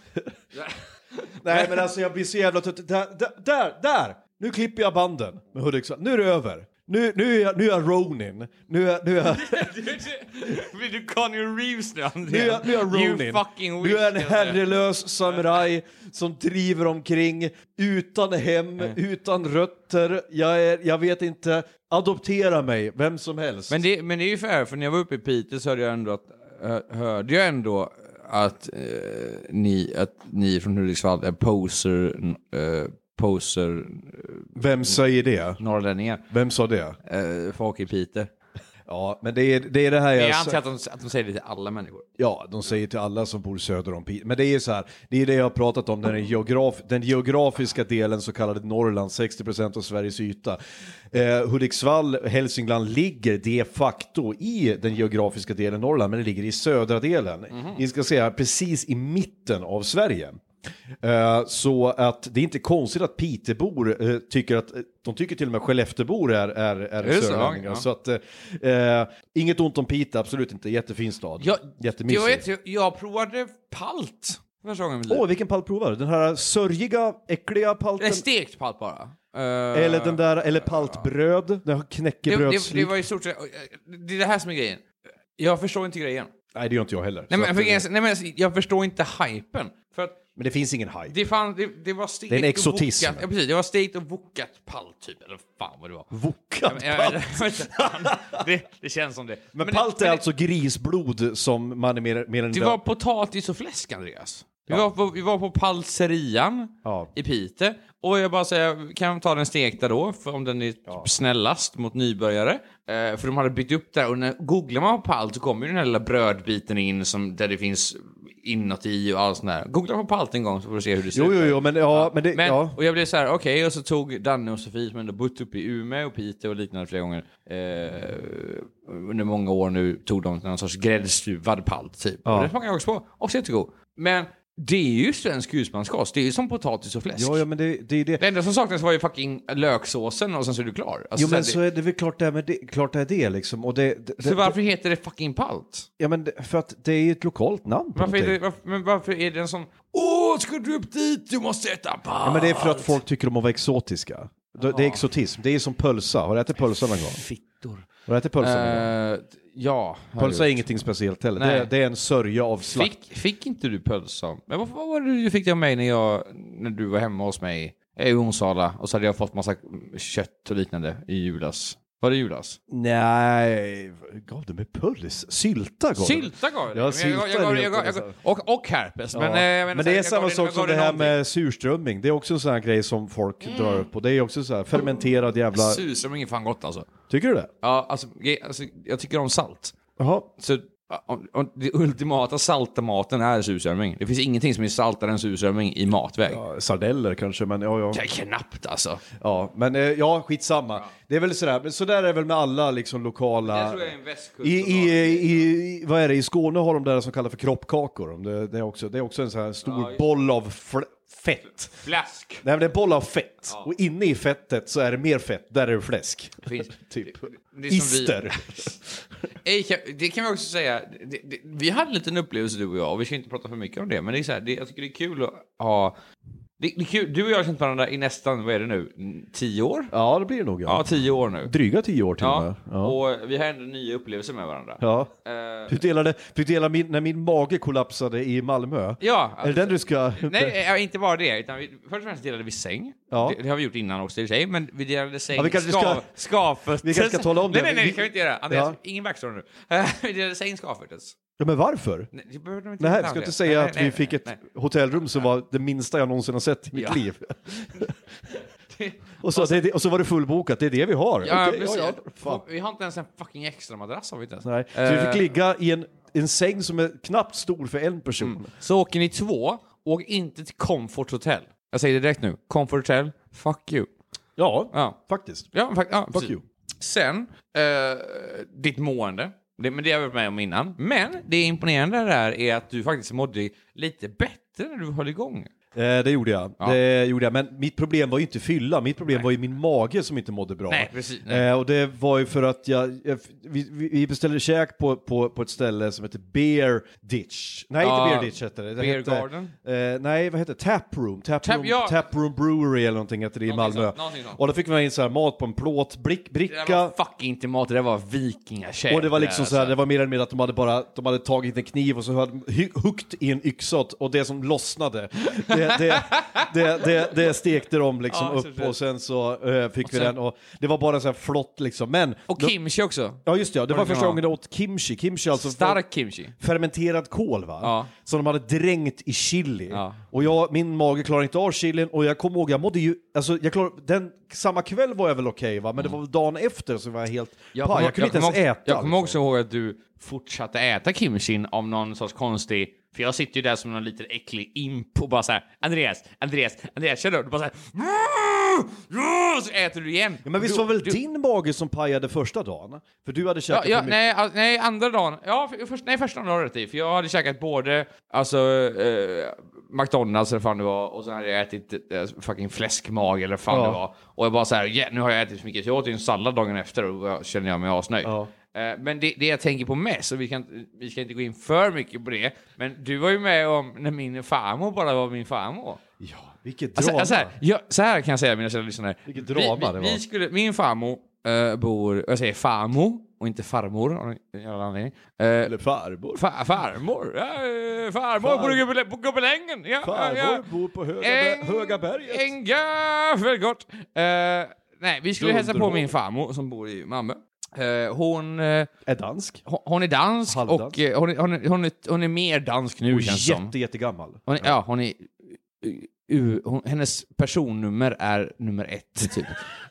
Nej, men alltså jag blir så jävla trött. Där, där, där, där! Nu klipper jag banden med Hudiksvall. Nu är det över. Nu, nu, är, jag, nu är jag Ronin. Nu är, nu är jag... Blir du Conny Reeves nu, Andreas? Nu är jag, nu är jag Ronin. You fucking du är en wish, herrelös samuraj som driver omkring utan hem, mm. utan rötter. Jag, är, jag vet inte. Adoptera mig, vem som helst. Men det, men det är ju fair, för när jag var uppe i Piteå så hörde jag ändå att, hörde jag ändå att, eh, ni, att ni från Hudiksvall är poser... Eh, poser... Vem säger det? Norrlänningar. Vem sa det? Eh, folk i Piteå. Ja, men det är det, är det här jag... Jag antar att de, att de säger det till alla människor. Ja, de säger till alla som bor söder om Piteå. Men det är så här, det är det jag har pratat om, den, geograf, den geografiska delen, så kallade Norrland, sextio procent av Sveriges yta. Eh, Hudiksvall, Hälsingland ligger de facto i den geografiska delen Norrland, men det ligger i södra delen. Mm-hmm. Vi ska säga precis i mitten av Sverige. Uh, så att det är inte konstigt att Pitebor uh, tycker att, uh, de tycker till och med Skellefteåbor är, är, är sörlänningar. Ja. Så att, uh, inget ont om Piteå, absolut inte, jättefin stad. Jag, jättemysig. Jag, vet, jag, jag provade palt första gången i mitt liv. Åh, vilken palt provade du? Den här sörjiga, äckliga palten? Det är stekt palt bara. Uh, eller den där, eller paltbröd, den har knäckebröds. Det, det, det var i stort sett, det är det här som är grejen. Jag förstår inte grejen. Nej, det gör inte jag heller. Nej, men, att, för, jag, nej, men jag förstår inte hypen. För att men det finns ingen hype. Det, fan, det, det var stekt det är en exotism. Och vokat, ja, precis, det var stekt och vokat palt typ, eller fan vad det var. Vokat ja, palt? Jag, jag, jag, det, det känns som det. Men, men palt det, är alltså grisblod som man är mer, mer än... Det var potatis och fläsk, Andreas. Vi, ja. var på, vi var på Palserian ja. i Piteå. Och jag bara säger, kan de ta den stekta då? För om den är ja. snällast mot nybörjare. Eh, för de hade byggt upp där. Och när googlar man på Palt så kommer ju den här lilla brödbiten in som, där det finns inåt i och allt sånt där. Googla på Palt en gång så får du se hur det ser jo, ut. Jo, jo, men ja. ja. Men det, men, ja. Och jag blev så här, okej. Okay, och så tog Danne och Sofie som ändå bott upp i Umeå och Piteå och liknande flera gånger. Eh, under många år nu tog de någon sorts gräddstuvad Palt typ. Ja. Och det smakade jag också på. Och så jättegod. Men det är ju svensk husmanskost. Det är ju som potatis och fläsk. Ja, ja, men det, det är det. Det enda som saknas var ju fucking löksåsen och sen så är du klar. Alltså, jo, men det... så är det väl klart det är, med det, klart det är det liksom. Och det, det, så varför det, heter det fucking Palt? Ja, men det, för att det är ju ett lokalt namn. Varför är det, varför, men varför är det en sån... Åh, ska du upp dit? Du måste äta Palt. Ja, men det är för att folk tycker om att vara exotiska. Det, det är exotism. Det är som pölsa. Har du ätit pölsa någon gång? Fittor. Har du ätit pölsa någon uh, gång? Ja. Pölsa är ingenting speciellt heller. Det är, det är en sörja av slakt. Fick, fick inte du pölsa? Men vad, vad var det du fick det av mig när, jag, när du var hemma hos mig i Onsala och så hade jag fått massa kött och liknande i julas? Var det julas? Nej, gav du mig puls? Sylta gav Sylta gav ja, sylta jag, jag, jag, jag, jag, och, och herpes. Ja. Men, äh, men, men det är samma sak som, som det här med surströmming. Det är också en sån här grej som folk mm. drar upp på. Det är också så här fermenterad jävla... Surströmming är fan gott alltså. Tycker du det? Ja, alltså, alltså jag tycker om salt. Jaha. Så om, om det ultimata salta maten är surströmming. Det finns ingenting som är saltare än surströmming i matväg. Ja, sardeller kanske, men ja, ja. Det är knappt alltså. Ja, men ja, skitsamma. Ja. Det är väl sådär, men sådär är det väl med alla liksom lokala... Jag tror jag är en västkust. I, i, i, i, vad är det, i Skåne har de där som kallar för kroppkakor. Det, det, är, också, det är också en sån här stor ja, boll av fl- fett. Fläsk. Nej, men det är en boll av fett. Ja. Och inne i fettet så är det mer fett. Där är det fläsk. Det finns, typ. Det, det Ister. Vi, det kan vi också säga. Det, det, vi hade en liten upplevelse du och jag. Och vi ska inte prata för mycket om det. Men det är så här, det, jag tycker det är kul att ha... Det, det är kul. Du och jag har känt varandra i nästan, vad är det nu? Tio år? Ja, det blir det nog. Ja, ja tio år nu. Dryga tio år till och med. Ja, och vi har ändå nya upplevelser med varandra. Ja. Uh, du delade, du delade min, när min mage kollapsade i Malmö. Ja. Är det den du ska... Nej, inte bara det. Utan vi, först och främst delade vi säng. Ja. Det, det har vi gjort innan också i sig. Men vi delade säng. Ja, vi kanske ska... Skaföttes. Vi kanske ska tala om det. Nej, nej, nej, vi... det kan vi inte göra. Andreas, ja. ingen backstory nu. Vi delade säng skaföttes. Ja, men varför? Nej, det behöver de inte. Nej, jag ska inte säga nej, att nej, vi fick nej, ett nej. hotellrum som var det minsta jag någonsin har sett i mitt ja. liv. och, så, det, och så var det fullbokat, det är det vi har. Ja, okay, ja, ja, vi har inte ens en fucking extra madrass har vi inte ens. Nej, så uh, vi fick ligga i en, en säng som är knappt stor för en person. Mm. Så åker ni två, åk inte till Comfort Hotel. Jag säger det direkt nu. Comfort Hotel, fuck you. Ja, ja. faktiskt. Ja, fa- ja, fuck you. Sen, uh, ditt mående. Det, men det har jag varit med om innan. Men det imponerande där är att du faktiskt mådde lite bättre när du höll igång. Eh, det gjorde jag. Ja. Det gjorde jag. Men mitt problem var ju inte fylla. Mitt problem nej. var ju min mage som inte mådde bra. Nej, precis. Nej. Eh, och det var ju för att jag... jag vi, vi beställde käk på, på, på ett ställe som heter Bear Ditch. Nej, ja, inte Bear Ditch heter det. det Bear hette, Garden? Eh, nej, vad heter det? Taproom. Taproom Tap, ja. Taproom Brewery eller någonting heter det i någonting Malmö. Så, så. Och då fick man in så här mat på en plåt, brick, bricka. Det var fucking inte mat, det var vikingakäk. Och det var liksom så här, det var mer eller mindre att de hade bara de hade tagit en kniv och så hade de hukt i en yxot och det som lossnade det, det, det, det, det stekte de liksom ja, upp och sen så uh, fick och vi sen, den och det var bara så här flott liksom. Men och kimchi då, också. Ja just det, det var första gången jag åt kimchi. Kimchi alltså stark kimchi. Fermenterad kål va? Ja. Som de hade dränkt i chili. Ja. Och jag, min mage klarade inte av chilin och jag kommer ihåg, jag mådde ju alltså jag klar, den samma kväll var jag väl okej okay, va, men mm. det var dagen efter så var jag helt jag, kom, jag kunde jag inte ens ihåg, äta. Jag kommer liksom. också ihåg att du fortsatte äta kimchin av någon sorts konstig, för jag sitter ju där som någon liten äcklig imp och bara så här: Andreas, Andreas, Andreas, kör då. Du bara så här, så äter du igen. Ja, men visst var väl du, din mage som pajade första dagen? För du hade käkat ja, ja, för nej, all, nej, andra dagen. Ja, för, för, nej, första dagen har du rätt i. För jag hade käkat både, alltså, eh, McDonalds eller fan det var, och så hade jag ätit eh, fucking fläskmage eller fan ja. det var. Och jag bara så här, yeah, nu har jag ätit så mycket. Så jag åt ju en sallad dagen efter och jag känner jag mig asnöjd. Ja. Men det, det jag tänker på mest, och vi, kan, vi ska inte gå in för mycket på det, men du var ju med om när min farmor bara var min farmor. Ja, vilket drama. Alltså, alltså här, jag, så här kan jag säga mina kära lyssnare. Vilket drama vi, vi, det var. Vi skulle, min farmor uh, bor, jag säger farmor och inte farmor av någon anledning. Uh, Eller farmor. Fa, farmor. Ja, uh, farmor Far. bor Gubbel, på Gubbelängen. Ja, farmor ja. bor på Höga, en, höga berget. En gaffel gott. Uh, nej, vi skulle hälsa på min farmor som bor i Malmö. Uh, hon... Uh, är dansk. Hon, hon är dansk Halvdansk. och uh, hon, är, hon, är, hon, är, hon är mer dansk nu, och känns jätte, som. jättegammal. Hon är, ja, hon är... Uh, hon, hennes personnummer är nummer ett, typ.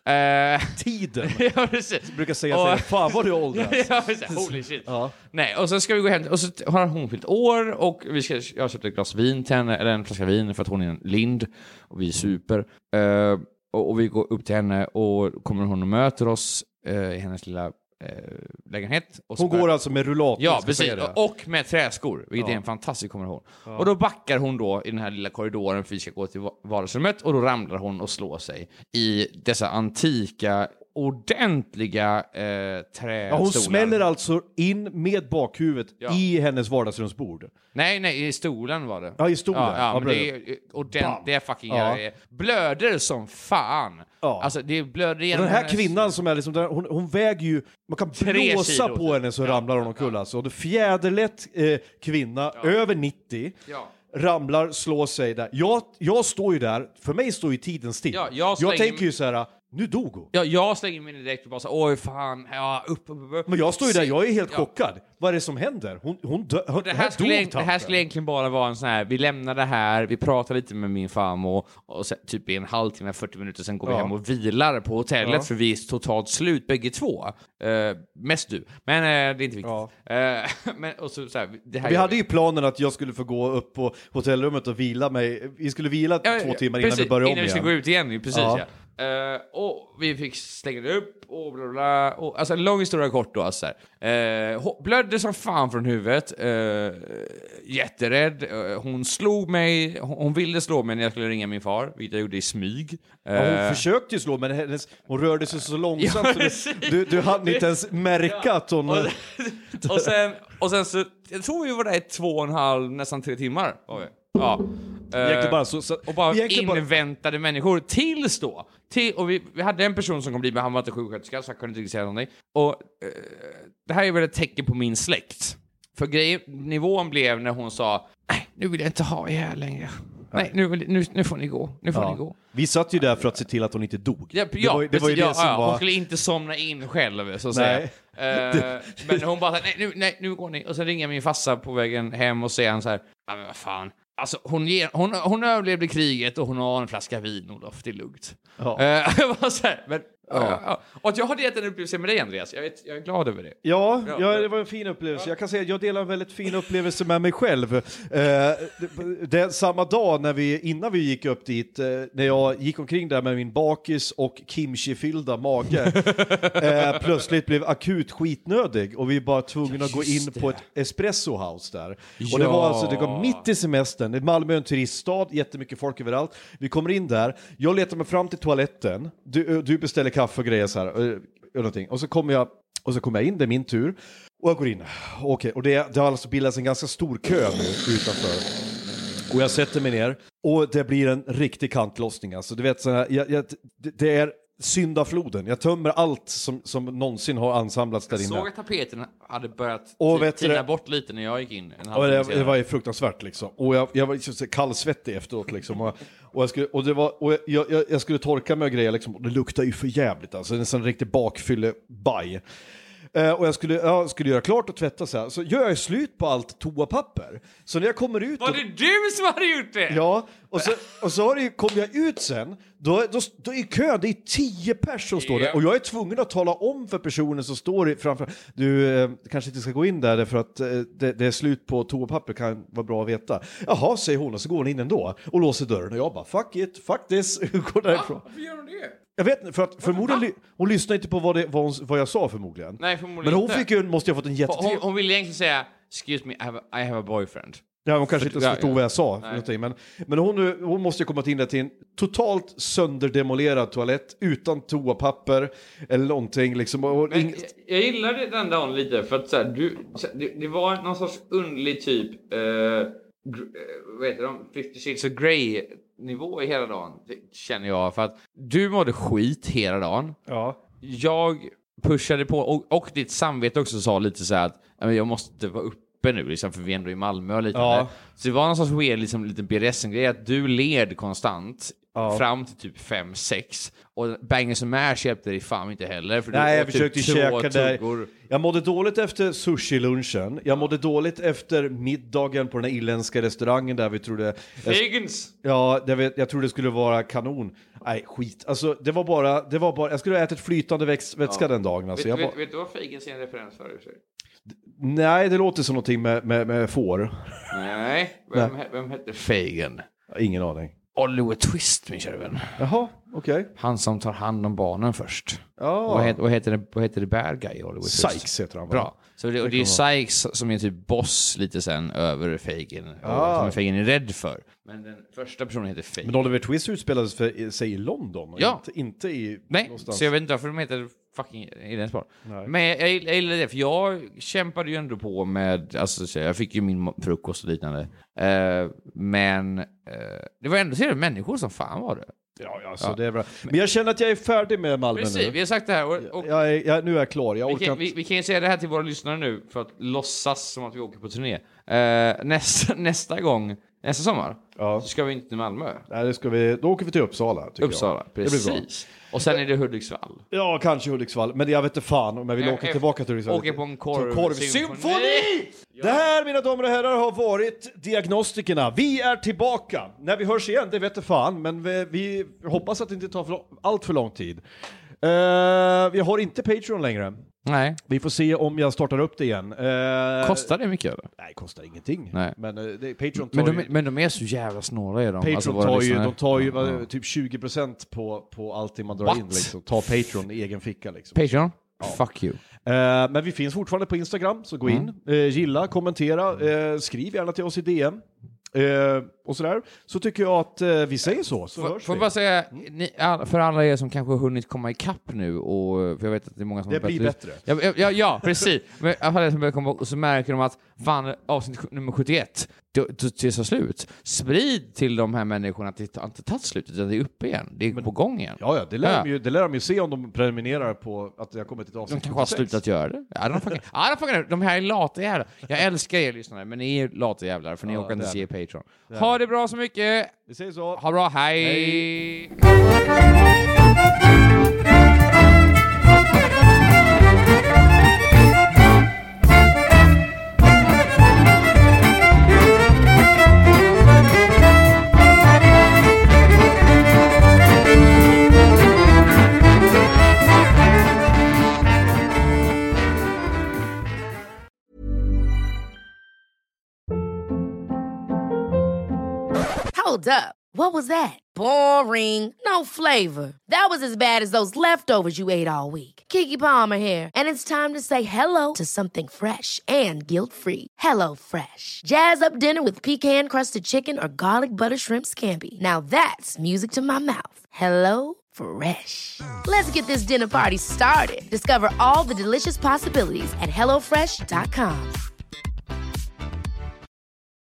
uh, Tiden. ja, precis. Jag brukar säga och, så, fan vad du åldras. ja, precis. Holy shit. Ja. Nej, och så ska vi gå hem, och så har hon fyllt år, och vi ska, jag har köpt ett glas vin till henne, eller en flaska vin, för att hon är en lind, och vi är super. Uh, och, och vi går upp till henne, och kommer hon och möter oss uh, i hennes lilla lägenhet. Och hon går bara, alltså med rullator. Ja, precis. Och med träskor, vilket ja. är en fantastisk kombination. Ja. Och då backar hon då i den här lilla korridoren för vi ska gå till vardagsrummet, och då ramlar hon och slår sig i dessa antika, ordentliga eh, trästolar. Ja, hon smäller alltså in med bakhuvudet ja. i hennes vardagsrumsbord. Nej, nej, i stolen var det. Ja, i stolen. Ja, ja, ja, men det är ordentligt, det är fucking ja. jag, blöder som fan. Ja. Alltså, det blöder igenom. Och den här hennes... kvinnan som är liksom, hon, hon väger ju, man kan blåsa på henne så ja. ramlar hon omkull. Ja. Alltså. Och det fjäderlätt eh, kvinna, ja. över nittio, ja. ramlar, slår sig där. Jag, jag står ju där, för mig står ju tiden still. Ja, jag, jag tänker ju så här, nu dog hon. Ja, jag slänger mig direkt och bara så, oj fan, ja, upp, upp, upp. Men jag står ju där, jag är helt ja. chockad. Vad är det som händer? Hon, hon dö, hon, det, här skulle egent, det här skulle egentligen bara vara en sån här, vi lämnar det här, vi pratar lite med min farmor, och, och sen, typ i en halvtimme, fyrtio minuter, sen går ja. vi hem och vilar på hotellet, ja. för vi är totalt slut bägge två. Uh, mest du. Men uh, det är inte viktigt. Ja. Uh, men, och så, så här, det här vi hade ju planen att jag skulle få gå upp på hotellrummet och vila mig. Vi skulle vila ja, två timmar precis, innan vi började om innan igen. Innan vi ska gå ut igen, precis ja. ja. Uh, och vi fick slänga det upp och bla bla, och alltså en lång historia kort då alltså, uh, blödde som fan från huvudet, uh, jätterädd, uh, hon slog mig, hon, hon ville slå mig när jag skulle ringa min far, vilket jag gjorde i smyg. Uh, ja, hon försökte ju slå, men hennes, hon rörde sig så långsamt ja, så du, du, du hade inte ens märka att hon... och, och, sen, och sen så, jag tror vi var där i två och en halv, nästan tre timmar. Okay. Ja. Uh, bara så, så, och bara inväntade bara... människor tills då. Till, och vi, vi hade en person som kom bli, men han var inte sjuksköterska, så han kunde inte säga någonting. Och uh, det här är väl ett tecken på min släkt. För grejen, nivån blev när hon sa, nej, nu vill jag inte ha er här längre. Nej, nu, nu, nu får ni gå. Nu får ja. ni gå. Vi satt ju där för att se till att hon inte dog. Ja, det ja, var, det var ju det ja, som ja, var... hon skulle inte somna in själv, så att säga. Uh, men hon bara, nej nu, nej, nu går ni. Och så ringer min farsa på vägen hem och säger han så här, ja men vad fan. Alltså hon, ger, hon, hon överlevde kriget och hon har en flaska vin, Olof, det är lugnt. Ja. Uh, jag var så här, men... Ja. Ja. Och att jag har delat en upplevelse med dig, Andreas. Jag, vet, jag är glad över det. Ja, ja, det var en fin upplevelse. Ja. Jag kan säga att jag delar en väldigt fin upplevelse med mig själv. Eh, det, det, samma dag när vi, innan vi gick upp dit, eh, när jag gick omkring där med min bakis och kimchi-fyllda mage, eh, plötsligt blev akut skitnödig och vi var tvungna att gå in på ett espresso house där. Ja. Och det var alltså, det går mitt i semestern. Malmö är en turiststad, jättemycket folk överallt. Vi kommer in där, jag letar mig fram till toaletten. Du, du beställer kaffe och grejer så här, och, och, någonting. och så kommer jag och så kommer jag in, det är min tur och jag går in. Okej, och det, det har alltså bildats en ganska stor kö nu utanför. Och jag sätter mig ner och det blir en riktig kantlossning. Alltså, du vet, så här, jag, jag, det är syndafloden. Jag tömmer allt som, som någonsin har ansamlats där inne. Jag såg att tapeten hade börjat och t- tina bort lite när jag gick in. En och det, det var ju fruktansvärt liksom. Och jag, jag var så kallsvettig efteråt liksom. Och, och, jag, skulle, och, det var, och jag, jag, jag skulle torka mig och grejer liksom. Och det luktar ju för jävligt alltså. Det är en sån riktig bakfylle baj. Uh, och jag skulle, jag skulle göra klart och tvätta så här. Så gör jag slut på allt toapapper. Så när jag kommer ut... Var och, det du som hade gjort det? Ja, och så, och så har det, kommer jag ut sen. Då, då, då är kö, det är tio pers som står där. Och jag är tvungen att tala om för personen som står framför. Du eh, kanske inte ska gå in där för att eh, det, det är slut på toapapper, kan vara bra att veta. Jaha, säger hon, och så går hon in ändå och låser dörren. Och jag bara, fuck it, fuck this. Går därifrån. Varför gör hon det? Jag vet inte, för att förmodligen, hon lyssnade inte på vad, det, vad, hon, vad jag sa förmodligen. Nej, förmodligen men hon inte. fick ju, måste jag ha fått en jättetrevlig... Hon, hon ville egentligen säga, excuse me, I have a, I have a boyfriend. Ja, hon kanske inte ja, förstod ja. vad jag sa. Men, men hon, hon måste ju komma in där till en totalt sönderdemolerad toalett utan toapapper eller någonting. Liksom, och men, ing... jag, jag gillade den dagen lite för att så här, du, det, det var någon sorts underlig typ eh, gr, vad heter de? fifty Shades of Grey nivå i hela dagen, känner jag. För att du mådde skit hela dagen. Ja. Jag pushade på och, och ditt samvete också sa lite så här att jag måste vara uppe nu liksom, för vi är ändå i Malmö och lite. Ja. Så det var någon sorts weird liksom, liten B D S M-grej att du led konstant Ja. Fram till typ fem sex. Och Bangers and Mash hjälpte dig fan inte heller. För Nej, du jag försökte typ käka där. Jag mådde dåligt efter sushi-lunchen. Jag mådde dåligt efter middagen på den här irländska restaurangen där vi trodde... Figgins! Ja, det vet, jag trodde det skulle vara kanon. Nej, skit. Alltså, det var bara... Det var bara jag skulle ha ätit flytande väx, vätska ja. den dagen. Alltså, vet, jag vet, vet du vad Figgins är en referens för? Nej, det låter som någonting med, med, med får. Nej, vem, Nej. vem hette Fagin? Ingen aning. Oliver Twist, min kära vän. Jaha, okej. Okay. Han som tar hand om barnen först. Ja. Och vad heter, vad heter, det, vad heter det bad guy Oliver Twist? Sykes heter han. Bra. Så det, och det är Sykes som är typ boss lite sen över Fagin. Ja. Som Fagin är rädd för. Men den första personen heter Fagin. Men Oliver Twist utspelades för sig i London. Och ja. Inte, inte i... Nej, någonstans. Så jag vet inte varför de heter fucking Irländsk. Men jag, jag, jag gillar det, för jag kämpade ju ändå på med, alltså jag fick ju min frukost och liknande. Uh, men uh, det var ändå ser människor som fan var det. Ja, alltså, ja. Det är bra. Men jag känner att jag är färdig med Malmö. Precis, nu. Vi har sagt det här. Och, och jag är, jag, nu är jag klar. Jag vi, kan, vi, vi kan ju säga det här till våra lyssnare nu för att låtsas som att vi åker på turné. Uh, nästa, nästa gång, nästa sommar, ja. Så ska vi inte till Malmö. Nej, det ska vi, då åker vi till Uppsala. Uppsala, jag. Precis. Och sen är det Hudiksvall. Ja, kanske Hudiksvall. Men jag vet inte fan om jag vill jag, åka jag, tillbaka till Hudiksvall. Åka på en korv, korv symfoni! Ja. Det här, mina damer och herrar, har varit Diagnostikerna. Vi är tillbaka. När vi hörs igen, det vet jag fan. Men vi, vi hoppas att det inte tar för, allt för lång tid. Uh, vi har inte Patreon längre. Nej. Vi får se om jag startar upp det igen. Uh, kostar det mycket eller? Nej, kostar ingenting. Nej. Men, uh, det, Patreon tar men, de, ju, men de är så jävla snåla är de. Patreon alltså, tar ju, de tar ju ja, ja. typ tjugo procent på, på allting man drar What? in. Liksom. Ta Patreon i egen ficka. Liksom. Patreon? Ja. Fuck you. Uh, men vi finns fortfarande på Instagram, så gå in, mm. uh, gilla, kommentera, uh, skriv gärna till oss i D M. Uh, och sådär, så tycker jag att uh, vi säger så, så F- hörs Får vi. bara säga, ni, för alla er som kanske har hunnit komma i kapp nu, och för jag vet att det är många som det har blir bättre. Ja, ja, ja, precis. Men i alla fall som börjar komma, och så märker de att fan, avsnitt nummer sjuttioett till så slut. Sprid till de här människorna att det inte tagit slut, utan det är uppe igen. Det är Men, på gång igen. Ja, ja, det lär, ja. De ju, det lär de ju se om de prenumererar på att det har kommit ett avsnitt. De kanske har slutat göra det. Ja, de, fucking, ja, de, fucking, de här är lata jävlar. Jag älskar er lyssnare, men ni är lata jävlar, för ni ja, åker inte se Patreon. Det ha det bra så mycket. Vi säger så. Ha bra, hej! hej. Hold up. What was that? Boring. No flavor. That was as bad as those leftovers you ate all week. Keke Palmer here, and it's time to say hello to something fresh and guilt-free. Hello Fresh. Jazz up dinner with pecan-crusted chicken or garlic butter shrimp scampi. Now that's music to my mouth. Hello Fresh. Let's get this dinner party started. Discover all the delicious possibilities at hello fresh dot com.